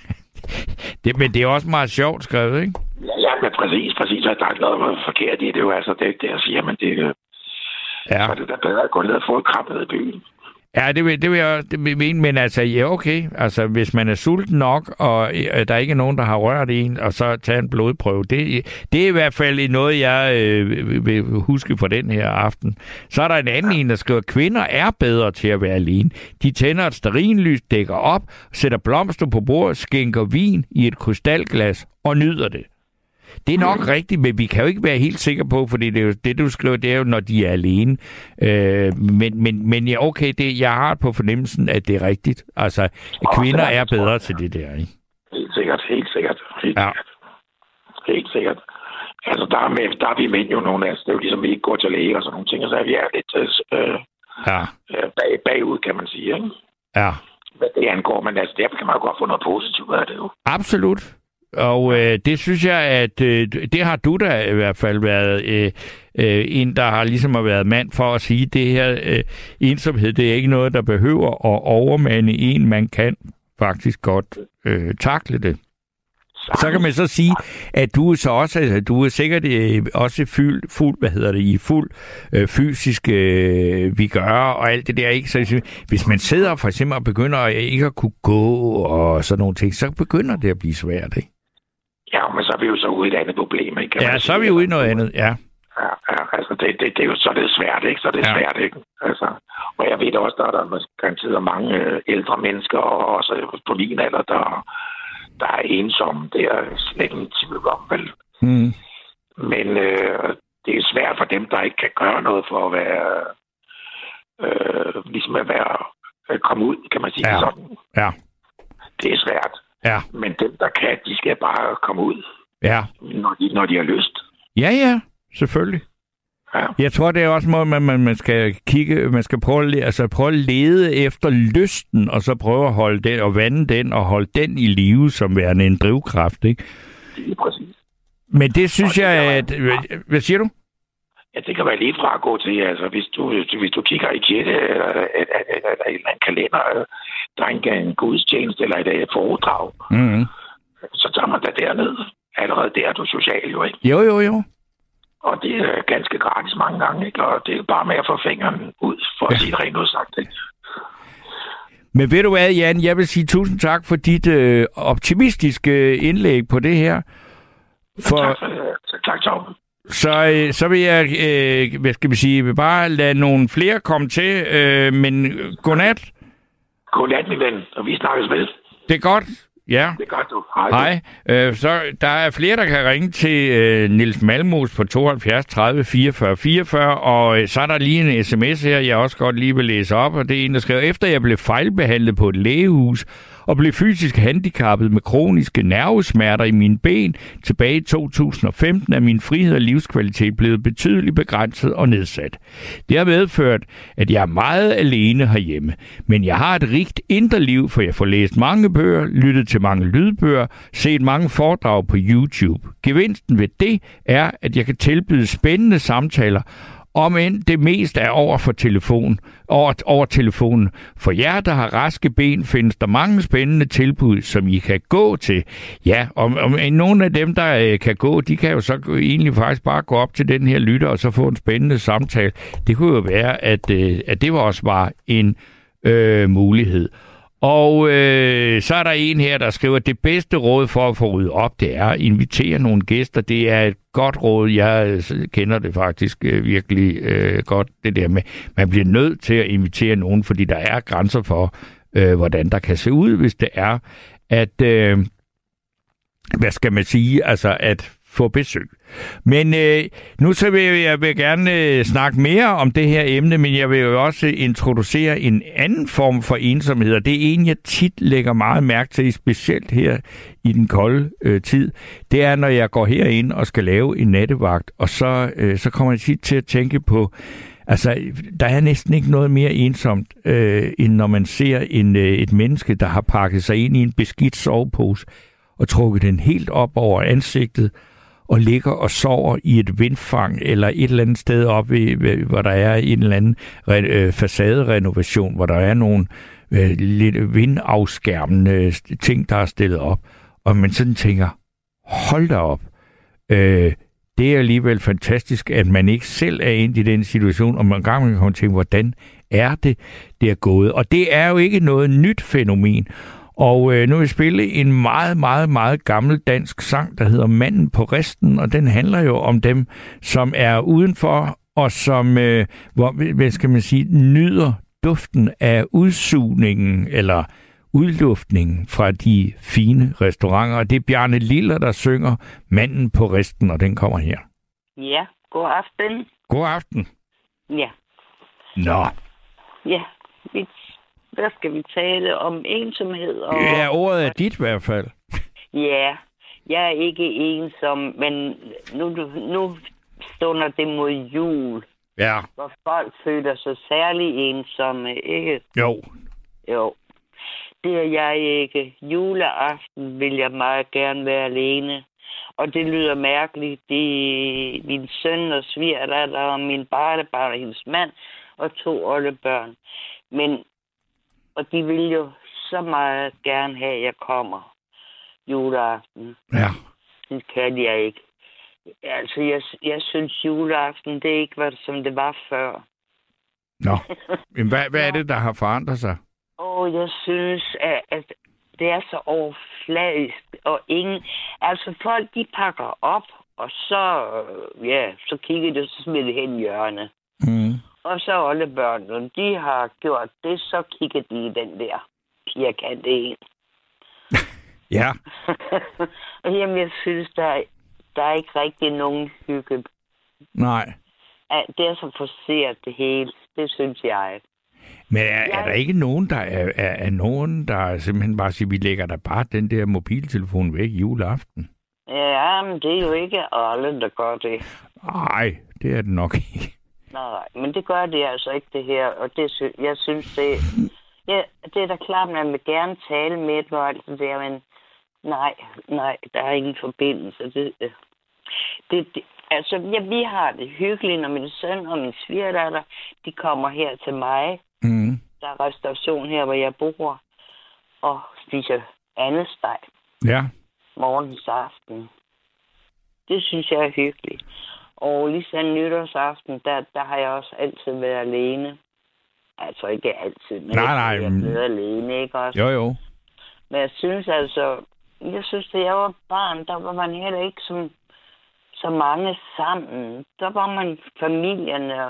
det, men det er også meget sjovt skrevet, ikke? Ja, men præcis, præcis. Der er ikke noget forkert i det. Det er jo altså det, det jeg siger, men det, ja. Så er det da bedre at gå ned og få et krab ned i byen. Ja, det vil, det vil jeg det vil mene, men altså, ja, okay. Altså, hvis man er sulten nok, og der er ikke nogen, der har rørt en, og så tage en blodprøve, det, det er i hvert fald noget, jeg øh, vil huske for den her aften. Så er der en anden en, der skriver, kvinder er bedre til at være alene. De tænder et stearinlys, dækker op, sætter blomster på bordet, skænker vin i et krystalglas og nyder det. Det er nok rigtigt, men vi kan jo ikke være helt sikre på, fordi det, er jo, det du skriver, det er jo, når de er alene. Øh, men, men, men ja, okay, det, jeg har på fornemmelsen, at det er rigtigt. Altså, at kvinder er bedre til det der, ikke? Helt sikkert, helt sikkert. Helt, ja. sikkert. Helt sikkert. Altså, der er, med, der er vi mænd jo nogle af os. Det er jo ligesom, vi ikke går til læge og sådan nogle ting, og så er vi er lidt øh, ja. bag, bagud, kan man sige, ikke? Ja. Hvad det angår, men altså, derfor kan man jo godt få noget positivt af det jo. Absolut. Og øh, det synes jeg, at øh, det har du da i hvert fald været øh, øh, en, der har ligesom har været mand for at sige, at det her øh, ensomhed, det er ikke noget, der behøver at overmande en. Man kan faktisk godt øh, takle det. Så kan man så sige, at du er så også, altså, du er sikkert øh, også fuld, fuld, hvad hedder det, i fuld øh, fysisk øh, vigør og alt det der, ikke? Så hvis man sidder for eksempel og begynder at ikke at kunne gå og sådan nogle ting, så begynder det at blive svært, ikke? Ja, men så er vi jo så ude i et andet problem, ikke? Ja, så er vi ude i noget andet, ja. Ja, ja altså det, det, det er jo så det er svært, ikke? Så det er ja. svært, ikke? Altså, og jeg ved også, der er der garanteret mange ældre mennesker, og også på min alder, der der er ensomme. Det er slet ikke tvivl om, vel? Mm. Men øh, det er svært for dem, der ikke kan gøre noget for at være øh, ligesom at være at komme ud, kan man sige ja. sådan. Ja. Det er svært. Ja. Men dem, der kan, de skal bare komme ud, ja. når, de, når de har lyst. Ja, ja. Selvfølgelig. Ja. Jeg tror, det er også måde, man, man, man skal kigge, man skal prøve, altså prøve at lede efter lysten, og så prøve at holde den, og vande den, og holde den i live, som værende en drivkraft, ikke? Det er præcis. Men det synes det jeg, at... Være... Hvad siger du? Ja, det kan være lige fra at gå til, altså hvis du, hvis du kigger i kirke, eller, eller, eller, eller en kalender, der er en gudstjeneste, eller et foredrag, mm-hmm. så tager man da derned. Allerede der er du social, jo, ikke? Jo, jo, jo. Og det er ganske gratis mange gange, ikke? Og det er bare med at få fingeren ud, for at ja. sige det rent udsagt, ikke? Men ved du hvad, Jan, jeg vil sige tusind tak for dit øh, optimistiske indlæg på det her. For... Tak, for, tak, Torben. Så, øh, så vil jeg, øh, hvad skal vi sige, vil bare lade nogle flere komme til, øh, men godnat. Godnat, min ven, og vi snakkes ved. Det er godt. Ja. Det er godt, du. Hej. Hej. Øh, så der er flere, der kan ringe til øh, Niels Malmos på tooghalvfjerds tredive fireogfyrre fireogfyrre, og øh, så er der lige en sms her, jeg også godt lige vil læse op, og det er en, der skriver, efter jeg blev fejlbehandlet på et lægehus, og blev fysisk handicappet med kroniske nervesmerter i mine ben. Tilbage i to tusind og femten er min frihed og livskvalitet blevet betydeligt begrænset og nedsat. Det har medført, at jeg er meget alene herhjemme. Men jeg har et rigt indre liv, for jeg får læst mange bøger, lyttet til mange lydbøger, set mange foredrag på YouTube. Gevinsten ved det er, at jeg kan tilbyde spændende samtaler, om end det mest er over for telefon, over, over telefonen. For jer, der har raske ben, findes der mange spændende tilbud, som I kan gå til. Ja, og, og nogle af dem, der øh, kan gå, de kan jo så egentlig faktisk bare gå op til den her lytter, og så få en spændende samtale. Det kunne jo være, at, øh, at det var også bare en øh, mulighed. Og øh, så er der en her, der skriver, at det bedste råd for at få ryddet op, det er at invitere nogle gæster. Det er et godt råd. Jeg kender det faktisk øh, virkelig øh, godt, det der med, man bliver nødt til at invitere nogen, fordi der er grænser for, øh, hvordan der kan se ud, hvis det er, at, øh, hvad skal man sige, altså at få besøg. Men øh, nu så vil jeg, jeg vil gerne øh, snakke mere om det her emne, men jeg vil jo også introducere en anden form for ensomhed, og det er en, jeg tit lægger meget mærke til, specielt her i den kolde øh, tid. Det er, når jeg går herind og skal lave en nattevagt, og så, øh, så kommer jeg tit til at tænke på, altså, der er næsten ikke noget mere ensomt, øh, end når man ser en, øh, et menneske, der har pakket sig ind i en beskidt sovepose og trukket den helt op over ansigtet, og ligger og sover i et vindfang eller et eller andet sted oppe, hvor der er en eller anden øh, facaderenovation, hvor der er nogle øh, lidt vindafskærmende ting, der er stillet op. Og man sådan tænker, hold da op. Øh, det er alligevel fantastisk, at man ikke selv er inde i den situation, og man gang kan komme til, hvordan er det, det er gået. Og det er jo ikke noget nyt fænomen. Og øh, nu vil jeg spille en meget, meget, meget gammel dansk sang, der hedder Manden på Risten, og den handler jo om dem, som er udenfor, og som, øh, hvor, hvad skal man sige, nyder duften af udsugningen, eller udluftningen fra de fine restauranter. Og det er Bjarne Liller, der synger Manden på Risten, og den kommer her. Ja, god aften. God aften. Ja. Nå. Ja, vi der skal vi tale om ensomhed. Og... Ja, ordet er dit i hvert fald. Ja, jeg er ikke ensom, men nu, nu stunder det mod jul. Ja. Hvor folk føler sig særlig ensomme, ikke? Jo. Jo. Det er jeg ikke. Juleaften vil jeg meget gerne være alene. Og det lyder mærkeligt. Det er min søn og svigerdatter og min barnebarn og hendes mand og to oldebørn. Men og de vil jo så meget gerne have, at jeg kommer juleaften. Ja. Det kan jeg ikke. Altså, jeg, jeg synes, juleaften, det ikke var, som det var før. Nå. Men hvad, hvad er det, der har forandret sig? Åh, oh, jeg synes, at, at det er så overfladisk, og ingen... Altså, folk, de pakker op, og så, ja, så kigger de, så smider det hen i hjørnet. Mm. Og så alle børnene, de har gjort det, så kigger de i den der firkante en. Ja. Og jamen, jeg synes, der er, der er ikke rigtig nogen hygge. Nej. Det er så forseret det hele, det synes jeg. Men er, jeg... er der ikke nogen, der er, er, er nogen, der simpelthen bare siger, vi lægger da bare den der mobiltelefon væk juleaften? Ja, men det er jo ikke alle, der gør det. Nej, det er det nok ikke. Nej, men det gør det altså ikke, det her. Og det, jeg synes, det, ja, det er da klart, man vil gerne tale med et og alt det der, men nej, nej, der er ingen forbindelse. Det, det, det, altså, ja, vi har det hyggeligt, når min søn og min svigerdatter, de kommer her til mig. Mm. Der er restauration her, hvor jeg bor, og spiser andesteg. Ja. Morgens aften. Det synes jeg er hyggeligt. Og ligesom nytårsaften, der, der har jeg også altid været alene. Altså ikke altid, men nej, nej, jeg har været alene, ikke også? Jo, jo. Men jeg synes altså, jeg synes, da jeg var barn, der var man heller ikke som, så mange sammen. Der var man familierne,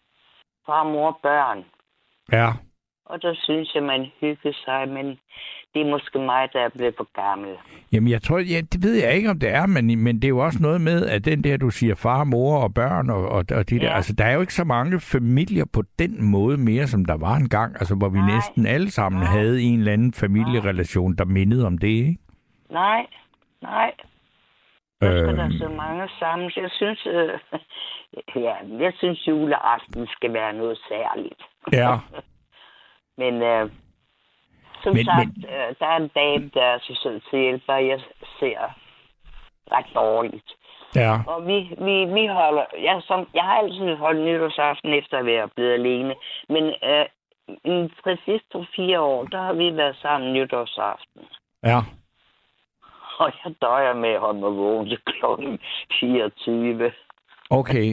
far, mor, børn. Ja. Og der synes jeg, man hyggede sig, men det er måske mig, der er blevet for gammel. Jamen, jeg tror, ja, det ved jeg ikke, om det er, men, men det er jo også noget med, at den der, du siger, far, mor og børn, og, og, og de ja. der, altså, der er jo ikke så mange familier på den måde mere, som der var engang, altså, hvor vi Nej. næsten alle sammen Nej. havde en eller anden familierelation, der mindede om det, ikke? Nej, nej. Der skal øhm. der så mange sammen. Jeg synes, øh, ja, jeg synes, juleaften skal være noget særligt. Ja. men øh, som men, sagt, men... Øh, der er en dame, der er så sød til hjælp, og jeg ser ret dårligt. Ja. Og vi, vi, vi holder... Jeg, som, jeg har altid holdt nytårsaften efter at være blevet alene, men øh, i de sidste fire år, der har vi været sammen nytårsaften. Ja. Og jeg døjer med at holde mig vågen til klokken fireogtyve. Okay.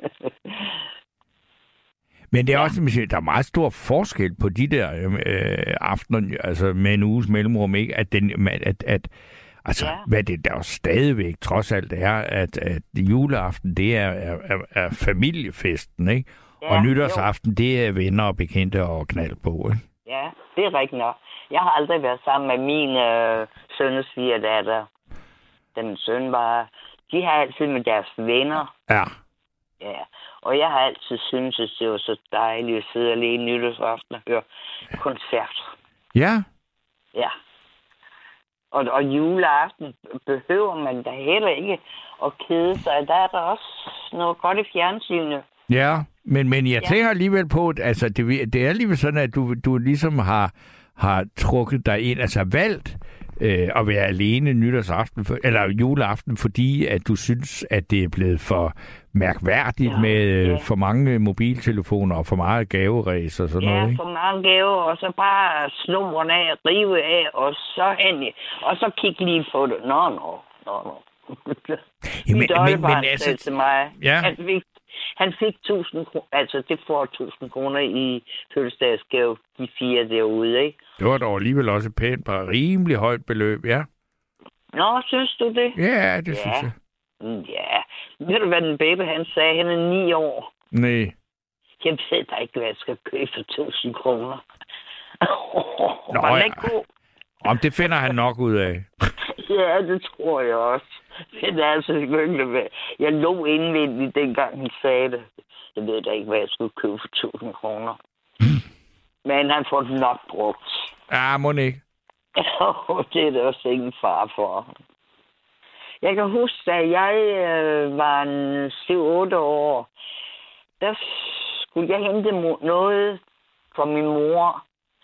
Men det er ja. også, der er meget stor forskel på de der øh, aftener, altså med en uges mellemrum, ikke? At, den, at, at altså, ja. hvad det der stadigvæk trods alt er, at, at juleaften, det er, er, er familiefesten, ikke? Ja, og nytårsaften, jo. det er venner og bekendte og knald på, ikke? Ja, det er rigtigt nok. Jeg har aldrig været sammen med min øh, søn og svigerdatter. Den søn var... De har altid med deres venner. Ja. Ja, og jeg har altid syntes, at det var så dejligt at sidde alene nytårsaften og høre koncert. Ja. Ja. Og, og juleaften behøver man da heller ikke at kede sig. Der er der også noget godt i fjernsynet. Ja, men, men jeg ja. tænker alligevel på, at altså, det, det er alligevel sådan, at du, du ligesom har, har trukket dig ind, altså valgt øh, at være alene nytårsaften, for, eller juleaften, fordi at du synes, at det er blevet for mærkværdigt ja, med øh, ja. for mange mobiltelefoner og for meget gaveræs og sådan ja, noget, ikke? for mange gaver, og så bare snummerne af, rive af, og så hen, og så kigge lige på det. Nå, nå, nå, nå. Jamen, men, men altså... til mig, ja. at vi Han fik tusind kroner, altså det får tusind kroner i fødselsdagsgave, de fire derude, ikke? Det var dog alligevel også et pænt par rimelig højt beløb, ja. Nå, synes du det? Ja, det ja. synes jeg. Ja, ved du hvad den baby, han sagde? Han er ni år. Nej. Jeg ved da ikke, hvad jeg skal købe for tusind kroner. Nå, var ja. ikke god? Om det finder han nok ud af. Ja, det tror jeg også. Det er altså selvfølgelig. Jeg lå indvendigt, dengang han sagde det. Jeg ved da ikke, hvad jeg skulle købe for tusind kroner. Men han får det nok brugt. Ja, må ikke. Det er der også ingen far for. Jeg kan huske, at jeg øh, var en syv otte år. Der skulle jeg hente noget fra min mor.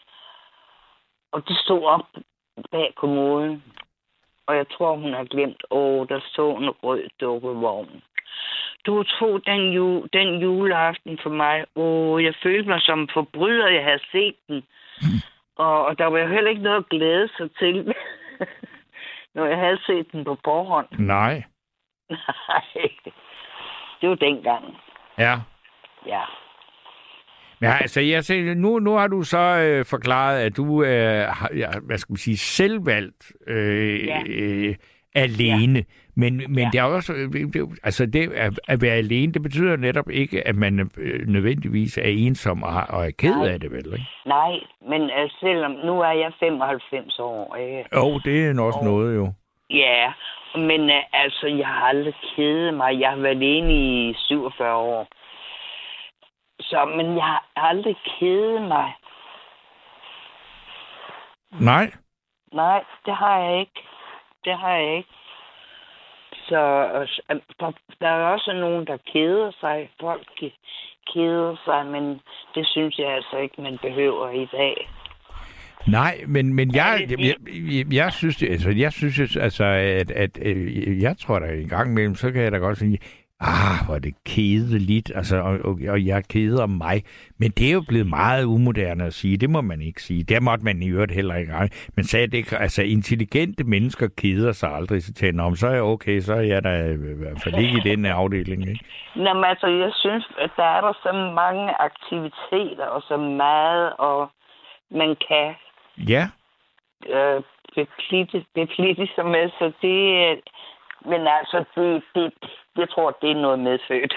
Og det stod op bag kommoden. Og jeg tror, hun har glemt, åh, der stod en rød dukkevogn. Du tog den, ju- den juleaften for mig. Åh, jeg følte mig som forbryder, jeg havde set den. Mm. Og, og der var jo heller ikke noget at glæde sig til, når jeg havde set den på forhånd. Nej. Nej. Det var dengang. Ja. Ja. Ja, altså, jeg ser, nu, nu har du så øh, forklaret, at du øh, har, ja, hvad skal man sige, selvvalgt øh, ja. øh, alene. Ja. Men, men ja. det er også, det, altså det at, at være alene, det betyder netop ikke, at man øh, nødvendigvis er ensom og, og er ked Nej. af det, vel? Ikke? Nej, men øh, selvom nu er jeg femoghalvfems år. Ikke? Jo, oh, det er også og, noget jo. Ja, men øh, altså, jeg har aldrig kedet mig. Jeg har været alene i syvogfyrre år. Så, men jeg har aldrig kedet mig. Nej. Nej, det har jeg ikke. Det har jeg ikke. Så der, der er også nogen, der keder sig. Folk keder sig, men det synes jeg altså ikke, man behøver i dag. Nej, men, men jeg, jeg, jeg, jeg synes, altså, jeg synes altså, at, at, at jeg tror da en gang imellem, så kan jeg da godt sige, ah, hvor er det kedeligt, altså, og, og, og jeg keder mig. Men det er jo blevet meget umoderne at sige, det må man ikke sige. Det måtte man i øvrigt heller ikke. Men sagde det, altså, intelligente mennesker keder sig aldrig, så tænker om, så er jeg okay, så er jeg da i hvert fald ikke i den afdeling, ikke? Nå, men altså, jeg synes, at der er der så mange aktiviteter, og så meget, og man kan ja. øh, beflittigt, beflittigt sig med, så det. Men altså, det, det, jeg tror, det er noget medfødt.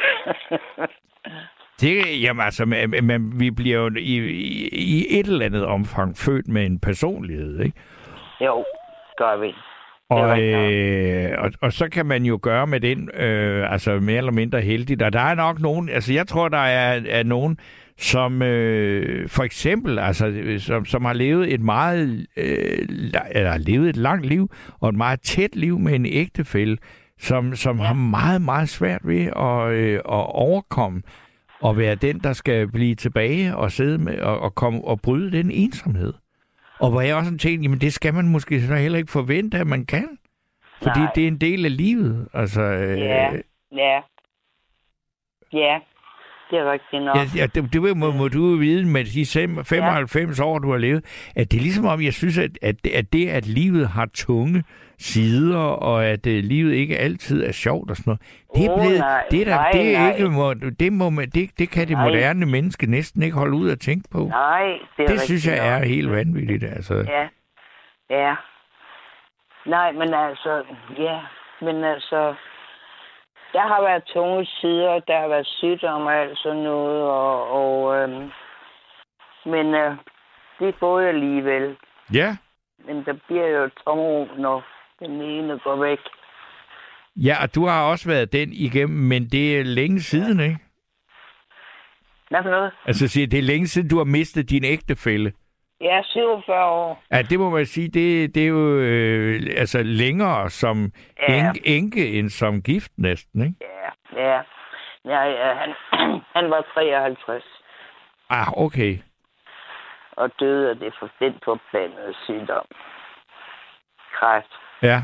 det, jamen altså, man, man, vi bliver jo i, i, i et eller andet omfang født med en personlighed, ikke? Jo, gør vi. Og, øh, og, og så kan man jo gøre med den, øh, altså mere eller mindre heldigt. Og der er nok nogen, altså jeg tror, der er, er nogen, som øh, for eksempel, altså som, som har levet et meget, øh, eller levet et langt liv, og et meget tæt liv med en ægtefælle, som, som ja. har meget, meget svært ved at, øh, at overkomme, og være den, der skal blive tilbage og sidde med, og, og, komme, og bryde den ensomhed. Og hvor jeg også tænkte, jamen det skal man måske så heller ikke forvente, at man kan. Fordi Nej. det er en del af livet. Altså, ja, øh... ja. Ja, det er rigtigt nok. Ja, ja, det, det må, må du vide med de femoghalvfems ja. år, du har levet, at det er ligesom om, jeg synes, at, at, at det, at livet har tunge sider, og at uh, livet ikke altid er sjovt og sådan noget, det er oh, blevet, nej, det, der, nej, det, er nej. ikke, må, det, må man, det, det kan det nej. moderne menneske næsten ikke holde ud at tænke på. Nej, det er Det synes jeg er nok. helt vanvittigt, altså. Ja, ja. Nej, men altså, ja, men altså, der har været tunge sider, der har været sygdom og alt sådan noget, og, og øhm, men øh, det er både alligevel. Ja. Men der bliver jo tomrum, når den ene går væk. Ja, og du har også været den igennem, men det er længe siden, ikke? Hvad for noget? Altså, siger, det er længe siden, du har mistet din ægtefælle. Ja, syvogfyrre år. Ja, det må man sige, det, det er jo øh, altså længere som ja. enke, enke end som gift næsten, ikke? Ja, ja. ja, ja han, han var treoghalvtreds. Ah, okay. Og døde af det for den forplanede sygdom. Kræft. Ja.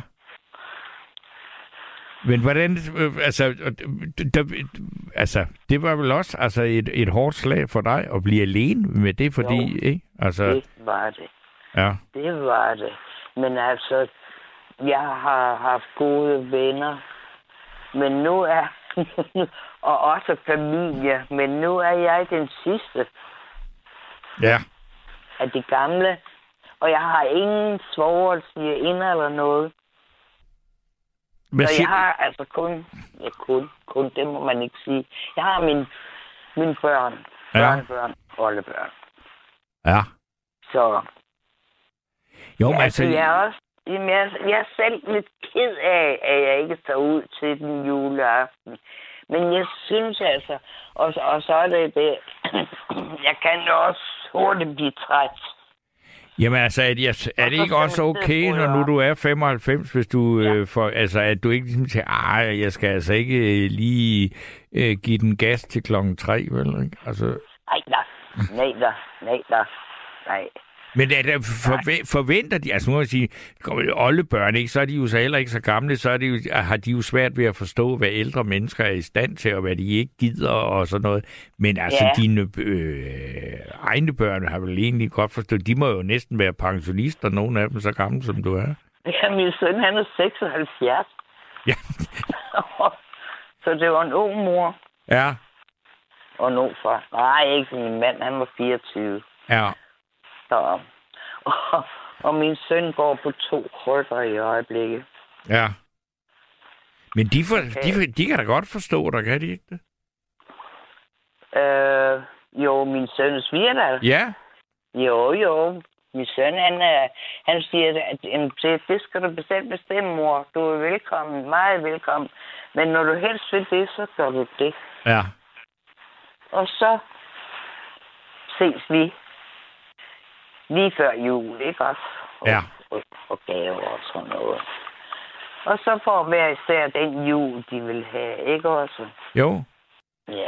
Men hvordan, øh, altså, der, altså, det var vel også altså, et, et hårdt slag for dig at blive alene med det, fordi, jo, ikke? Altså, det var det. Ja. Det var det. Men altså, jeg har haft gode venner, men nu er, og også familie, men nu er jeg den sidste. Ja. Af de gamle, og jeg har ingen svogersiger eller noget. Men så sig... jeg har altså kun, ja, kun, kun, det må man ikke sige. Jeg har min, mine børn, børnebørn, ja. oldebørn. Ja. Så. Jo, ja, men altså... Jeg er, også, jamen, jeg, jeg er selv lidt ked af, at jeg ikke tager ud til den juleaften. Men jeg synes altså, og, og så er det det, jeg kan jo også hurtigt blive træt. Jamen altså, er det, er det ikke også okay, når nu du er femoghalvfems, hvis du ja. øh, får, altså, at du ikke ligesom siger, ah, jeg skal altså ikke øh, lige øh, give den gas til klokken tre, vel? Ikke? Altså... Nej da, nej da, nej da, nej. Men er der forve- forventer de, altså nu må jeg sige, oldebørn, ikke, så er de jo så heller ikke så gamle, så er de jo, har de jo svært ved at forstå, hvad ældre mennesker er i stand til, og hvad de ikke gider og sådan noget. Men altså, ja. dine øh, egne børn har vel egentlig godt forstået, de må jo næsten være pensionister, nogle af dem så gamle, som du er. Ja, min søn, han er seksoghalvfjerds. Ja. Så det var en ung mor. Ja. Og en ung far. Nej, ikke min mand, han var fireogtyve. Ja. Så, og, og min søn går på to krykker i øjeblikket. Ja. Men de, for, okay. de, de kan da godt forstå dig, kan de ikke det? Øh, jo, min søn er svigerdatter. Ja. Jo, jo. Min søn, han, er, han siger, at det, det skal du bestemt bestemme, mor. Du er velkommen, meget velkommen. Men når du helst vil det, så gør du det. Ja. Og så ses vi lige før jul, ikke også? Og, ja. Og, og gaver og sådan noget. Og så får hver især den jul, de vil have, ikke også? Jo. Ja.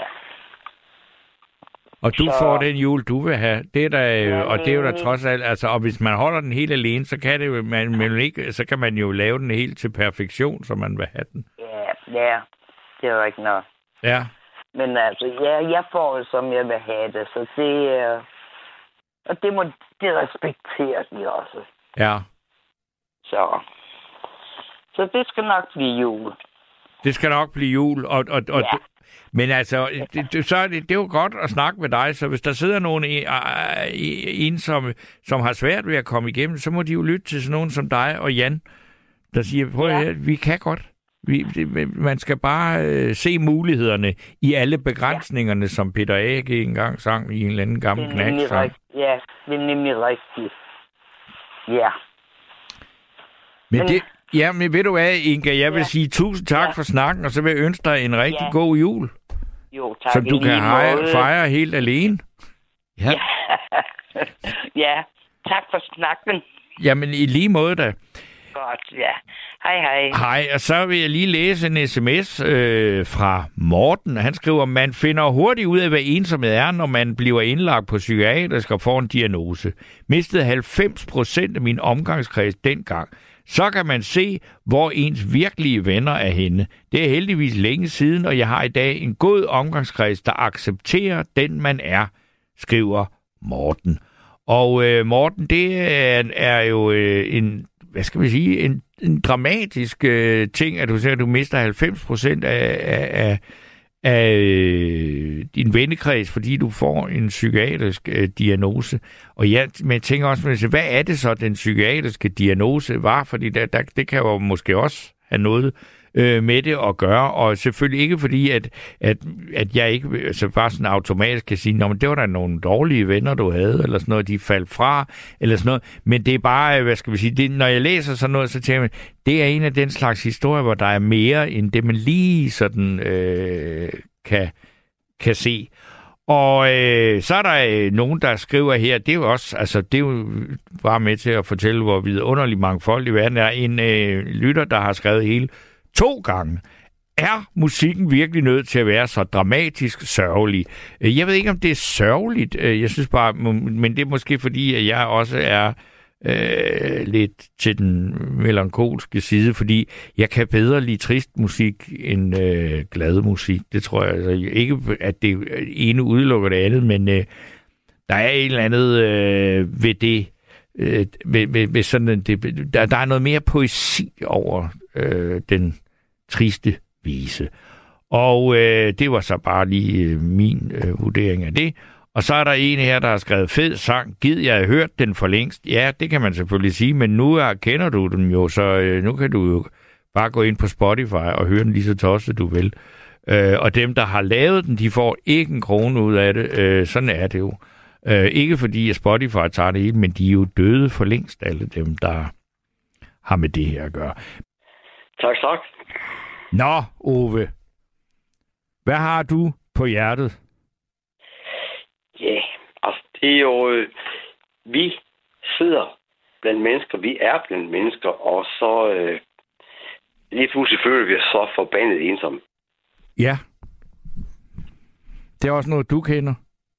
Og du så... får den jul, du vil have. Det er der, ja, og det er jo da trods alt, altså, og hvis man holder den helt alene, så kan det jo, man, man ikke, så kan man jo lave den helt til perfektion, som man vil have den. Ja, ja. Det er jo ikke noget. Ja. Men altså, ja, jeg får det, som jeg vil have det, så det er... Og det må det respekterer de også. Ja. Så. Så det skal nok blive jul. Det skal nok blive jul. Og, og, og, ja. Men altså, det, det, så er det, det er jo godt at snakke med dig, så hvis der sidder nogen en, som, som har svært ved at komme igennem, så må de jo lytte til sådan nogen som dig og Jan, der siger, prøv at ja. vi kan godt. Vi, det, man skal bare øh, se mulighederne i alle begrænsningerne, ja. som Peter Age engang sang i en eller anden gammel knæksang. Ja, det er nemlig rigtigt. Ja. Men, men det, ja, men ved du hvad, Inga, jeg vil ja. sige tusind tak ja. for snakken, og så vil jeg ønske dig en rigtig ja. god jul. Jo, tak. Som du kan fejre, fejre helt alene. Ja. Ja. Ja, tak for snakken. Jamen, i lige måde da. Godt, ja. Hej, hej. Hej, og så vil jeg lige læse en sms øh, fra Morten. Han skriver, man finder hurtigt ud af, hvad ensomhed er, når man bliver indlagt på psykiatrisk og får en diagnose. Mistede halvfems procent af min omgangskreds dengang. Så kan man se, hvor ens virkelige venner er henne. Det er heldigvis længe siden, og jeg har i dag en god omgangskreds, der accepterer den, man er, skriver Morten. Og øh, Morten, det er, er jo øh, en, hvad skal vi sige, en, en dramatisk øh, ting, at du siger, at du mister halvfems procent af, af, af, af øh, din vennekreds, fordi du får en psykiatrisk øh, diagnose. Og jeg men tænker også, hvad er det så, den psykiatriske diagnose var? Fordi der, der, det kan jo måske også have noget øh, med det at gøre, og selvfølgelig ikke fordi, at, at, at jeg ikke altså bare sådan automatisk kan sige, men det var da nogle dårlige venner, du havde, eller sådan noget, de faldt fra, eller sådan noget, men det er bare, hvad skal vi sige, det, når jeg læser sådan noget, så tænker jeg, det er en af den slags historier, hvor der er mere end det, man lige sådan øh, kan, kan se. Og øh, så er der øh, nogen, der skriver her, det er jo også, altså det er jo bare med til at fortælle, hvor vidunderlig mangfoldig verden er. En øh, lytter, der har skrevet hele to gange. Er musikken virkelig nødt til at være så dramatisk sørgelig? Jeg ved ikke, om det er sørgeligt. Jeg synes bare, men det er måske fordi, at jeg også er øh, lidt til den melankolske side, fordi jeg kan bedre lide trist musik end øh, glad musik. Det tror jeg altså ikke, at det ene udelukker det andet, men øh, der er et eller andet øh, ved det, øh, ved, ved, ved sådan, det, der, der er noget mere poesi over øh, den triste vise. Og øh, det var så bare lige øh, min øh, vurdering af det. Og så er der en her, der har skrevet fed sang. Gid, jeg har hørt den for længst. Ja, det kan man selvfølgelig sige, men nu er, kender du den jo, så øh, nu kan du jo bare gå ind på Spotify og høre den lige så tosset, du vil. Øh, og dem, der har lavet den, de får ikke en krone ud af det. Øh, sådan er det jo. Øh, ikke fordi, at Spotify tager det hele, men de er jo døde for længst, alle dem, der har med det her at gøre. Tak, tak. Nå, Ove. Hvad har du på hjertet? Ja, yeah, altså det er jo... Øh, vi sidder blandt mennesker, vi er blandt mennesker, og så øh, lige pludselig føler vi os så forbandet ensomme. Ja. Det er også noget, du kender.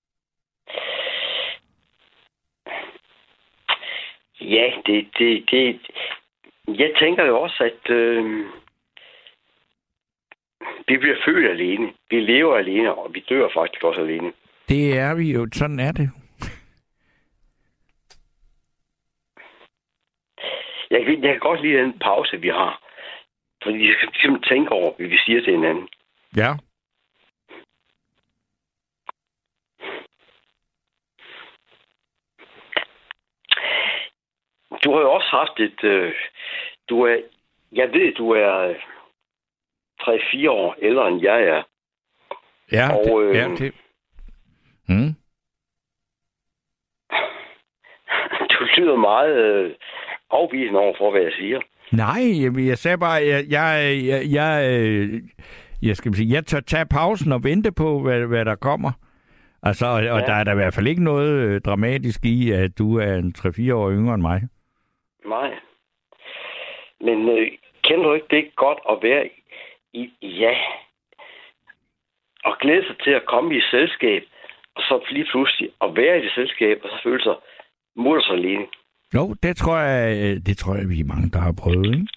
Ja, det... det, det jeg tænker jo også, at... Øh, vi bliver født alene. Vi lever alene, og vi dør faktisk også alene. Det er vi jo. Sådan er det. Jeg kan, jeg kan godt lide den pause, vi har. Fordi vi skal simpelthen tænke over, hvad vi siger til hinanden. Ja. Du har jo også haft et... Øh, du er... Jeg ved, du er... Øh, tre-fire år ældre end jeg er. Ja, og, det, øh, ja, det. Hmm. Du lyder meget øh, afvisende over for, hvad jeg siger. Nej, jeg, jeg sagde bare, jeg, jeg, jeg, jeg, jeg skal sige, jeg tør tage pausen og vente på, hvad, hvad der kommer. Altså, og, og ja. Der er der i hvert fald ikke noget dramatisk i, at du er en tre-fire år yngre end mig. Nej. Men øh, kender du ikke det godt at være i, ja, og glæde sig til at komme i et selskab, og så lige pludselig at være i det selskab, og så føle sig mutters alene. Jo, det tror jeg, det tror jeg, vi er mange, der har prøvet, ikke?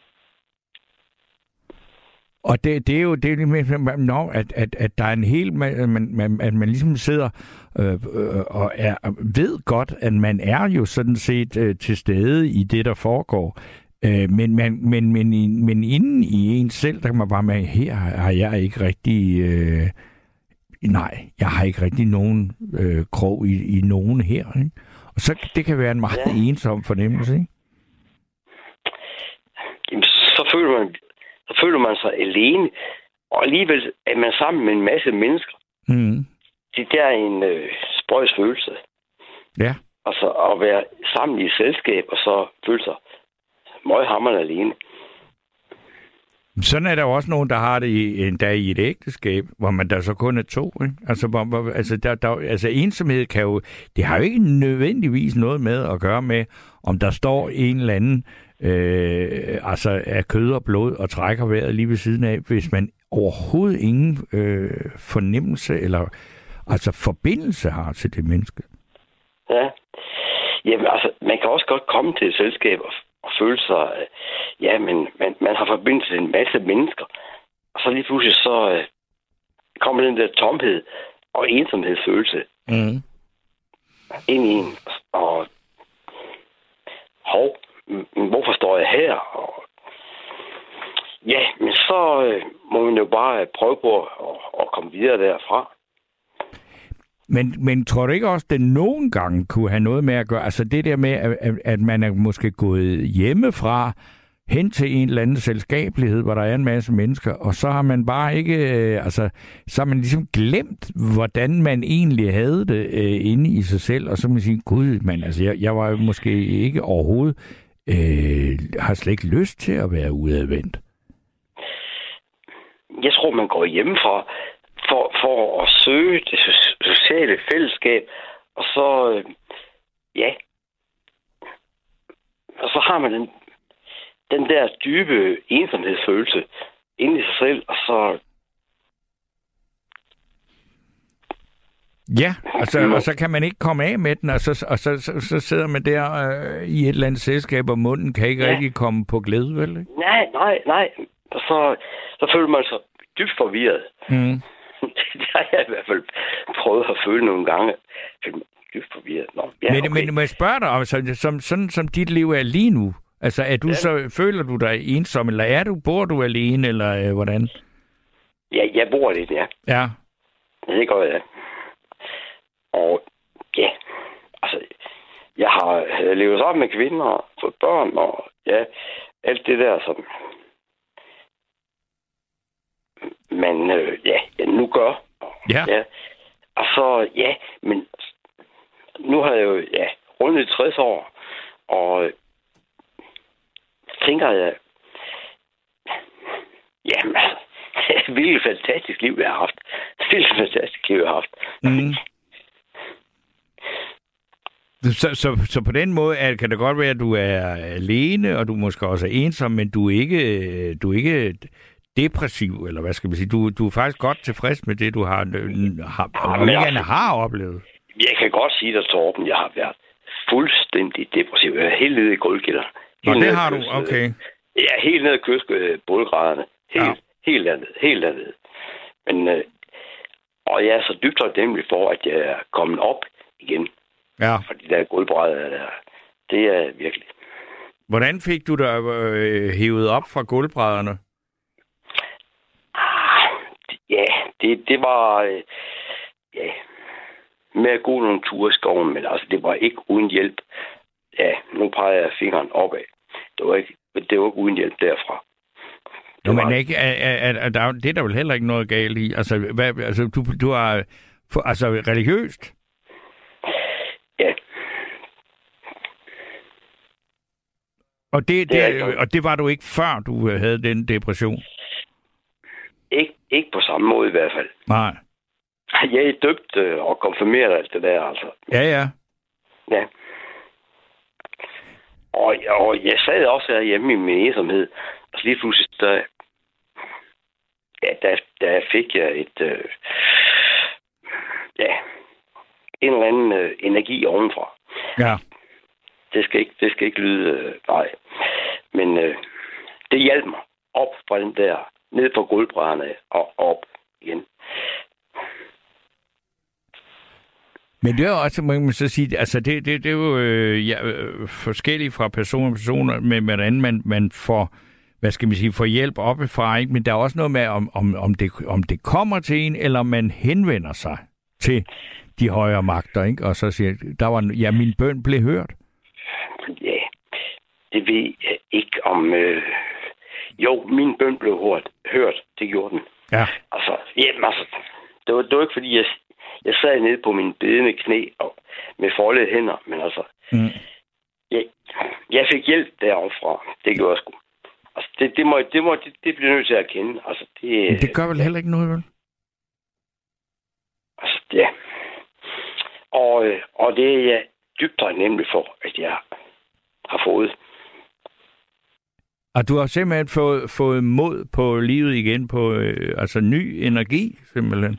Og det, det er jo det med, no, at, at, at der er en hel, man, man, at man ligesom sidder øh, øh, og er, ved godt, at man er jo sådan set øh, til stede i det, der foregår. Øh, men, men, men, men, men inden i en selv, der kan man bare med, her har jeg ikke rigtig, øh, nej, jeg har ikke rigtig nogen øh, krog i, i nogen her, ikke? Og så det kan være en meget ja. ensom fornemmelse, ikke? Jamen, så føler man så føler man sig alene, og alligevel er man sammen med en masse mennesker. Mm. Det der er en øh, spøjs følelse. Ja. Altså at være sammen i et selskab, og så føle sig møghamrende alene. Sådan er der jo også nogen, der har det i, endda i et ægteskab, hvor man der så kun er to. Ikke? Altså, hvor, hvor, altså, der, der, altså ensomhed kan jo... Det har jo ikke nødvendigvis noget med at gøre med, om der står en eller anden øh, altså af kød og blod og trækker vejret lige ved siden af, hvis man overhovedet ingen øh, fornemmelse eller altså forbindelse har til det menneske. Ja. Jamen, altså, man kan også godt komme til et selskab og, og føle sig, øh, ja, men man, man har forbindelse til en masse mennesker. Og så lige pludselig så øh, kommer den der tomhed og ensomhedsfølelse mm. ind i en. Og hov, hvorfor står jeg her? Og, ja, men så øh, må man jo bare prøve på at, at komme videre derfra. Men, men tror du ikke også, at det nogle gange kunne have noget med at gøre? Altså det der med, at, at man er måske gået hjemmefra hen til en eller anden selskabelighed, hvor der er en masse mennesker, og så har man bare ikke, øh, altså, så har man ligesom glemt, hvordan man egentlig havde det øh, inde i sig selv, og så man sige, gud, man, altså, jeg, jeg var måske ikke overhovedet, øh, har slet ikke lyst til at være udadvendt. Jeg tror, man går hjemmefra for, for at søge det sociale fællesskab, og så, øh, ja, og så har man den, den der dybe ensomhedsfølelse inde i sig selv, og så... Ja, altså, og så kan man ikke komme af med den, og så, og så, så, så sidder man der øh, i et eller andet selskab, og munden kan ikke ja. rigtig komme på glæde, vel? Ikke? Nej, nej, nej. Og så, så føler man sig dybt forvirret. Mm. Det har jeg i hvert fald prøvet at føle nogle gange. Dybt forvirret. Nå, ja, men, okay. men må jeg spørge dig, altså, som, sådan som dit liv er lige nu, altså er du ja. så, føler du dig ensom, eller er du, bor du alene, eller øh, hvordan? Ja, jeg bor lidt, ja. Ja. Det gør jeg. Og ja, altså, jeg har levet sammen med kvinder og fået børn, og ja, alt det der, som man øh, ja, nu gør. Ja. ja. Og så, ja, men nu har jeg jo, ja, rundet tres år, og tænker jeg, jamen, hvilket fantastisk liv, jeg har haft. Hvilket fantastisk liv, jeg har haft. Mm. Så, så, så på den måde er, kan det godt være, at du er alene, og du måske også er ensom, men du er ikke, du er ikke depressiv, eller hvad skal man sige? Du, du er faktisk godt tilfreds med det, du har, har, ja, jeg, har oplevet. Jeg kan godt sige dig, Torben, jeg har været fuldstændig depressiv. Jeg er helt nede i gulvkælderen. Og det har du? Okay. Ja, helt nede i kyske bådgraderne. Helt, ja. helt dernede. Helt dernede. Men, øh, og jeg er så dybt taknemmelig for, at jeg er kommet op igen. Ja. For de der gulvbrædder der. Det er virkelig. Hvordan fik du dig øh, hævet op fra gulvbrædderne? Ah, ja, det, det var... Øh, ja, med at gå nogle ture i skoven, men altså, det var ikke uden hjælp. Ja, nu peger jeg fingeren opad. Det var ikke, det var ikke uden hjælp derfra. Jo, men ikke, er, er, er, der, det er der vel heller ikke noget galt i. Altså, hvad, altså du, du er for, altså, religiøst? Ja. Og det, det, det og det var du ikke, før du havde den depression? Ikke, ikke på samme måde i hvert fald. Nej. Jeg er døbt og konfirmeret alt det der, altså. Ja, ja. Ja. Og, og jeg sad også her hjemme i min ensomhed. Og lige pludselig, der, ja, der, der fik jeg et, øh, ja, en eller anden øh, energi ovenfra. Ja. Det skal ikke, det skal ikke lyde, øh, nej. Men øh, det hjalp mig op fra den der, ned på gulvbrædderne og op igen. Men det er jo også, man må så sige, altså det, det, det er jo øh, ja, øh, forskelligt fra person til personer, med hvordan man, man får, hvad skal man sige, får hjælp oppefra, ikke? Men der er også noget med, om, om, om, det, om det kommer til en, eller om man henvender sig til de højere magter, ikke? Og så siger, der var, ja, min bøn blev hørt. Ja, det ved jeg ikke om... Øh... Jo, min bøn blev hørt. hørt. Det gjorde den. Ja. Altså, jamen, altså, det var, det var ikke fordi, jeg... Jeg sad nede på mine bedende knæ og med foldede hænder, men altså, mm. jeg, jeg fik hjælp derovre. Det gjorde jeg sgu. Altså, det, det, må, det, må, det, det bliver nødt til at kende. Altså, det, Men det gør vel heller ikke noget, vel? Altså, ja. Og, og det er jeg dybt taknemmelig for, at jeg har fået. Og du har simpelthen fået, fået mod på livet igen, på øh, altså ny energi, simpelthen?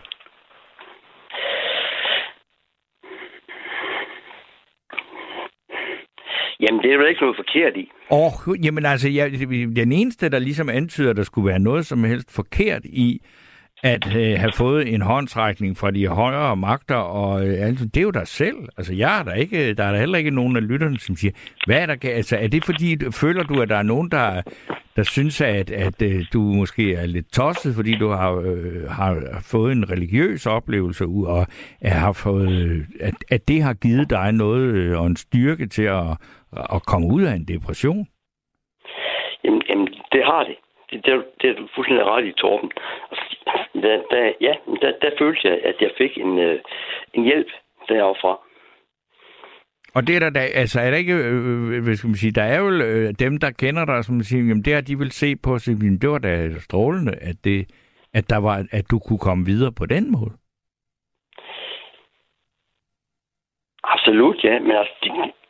Jamen, det er jo ikke noget forkert i. Åh, oh, jamen altså, jeg, den eneste, der ligesom antyder, at der skulle være noget som helst forkert i, at øh, have fået en håndsrækning fra de højere magter, og øh, altså, det er jo dig selv. Altså, jeg er der ikke, der er der heller ikke nogen af lytterne, som siger, hvad er der, altså, er det fordi, føler du, at der er nogen, der, der synes, at, at øh, du måske er lidt tosset, fordi du har, øh, har fået en religiøs oplevelse ud, og øh, har fået, at, at det har givet dig noget øh, og en styrke til at, at komme ud af en depression? Jamen, jamen det har det. Det, det, det er du fuldstændig ret i, Torben. Der, der, ja, der, der følte jeg, at jeg fik en, øh, en hjælp deroverfra. Og det er der, der altså er der ikke, øh, hvad skal man sige, der er jo øh, dem, der kender dig, som siger, jamen det har de vil se på, så det var da strålende, at, det, at, der var, at du kunne komme videre på den måde. Absolut, ja, men altså, det,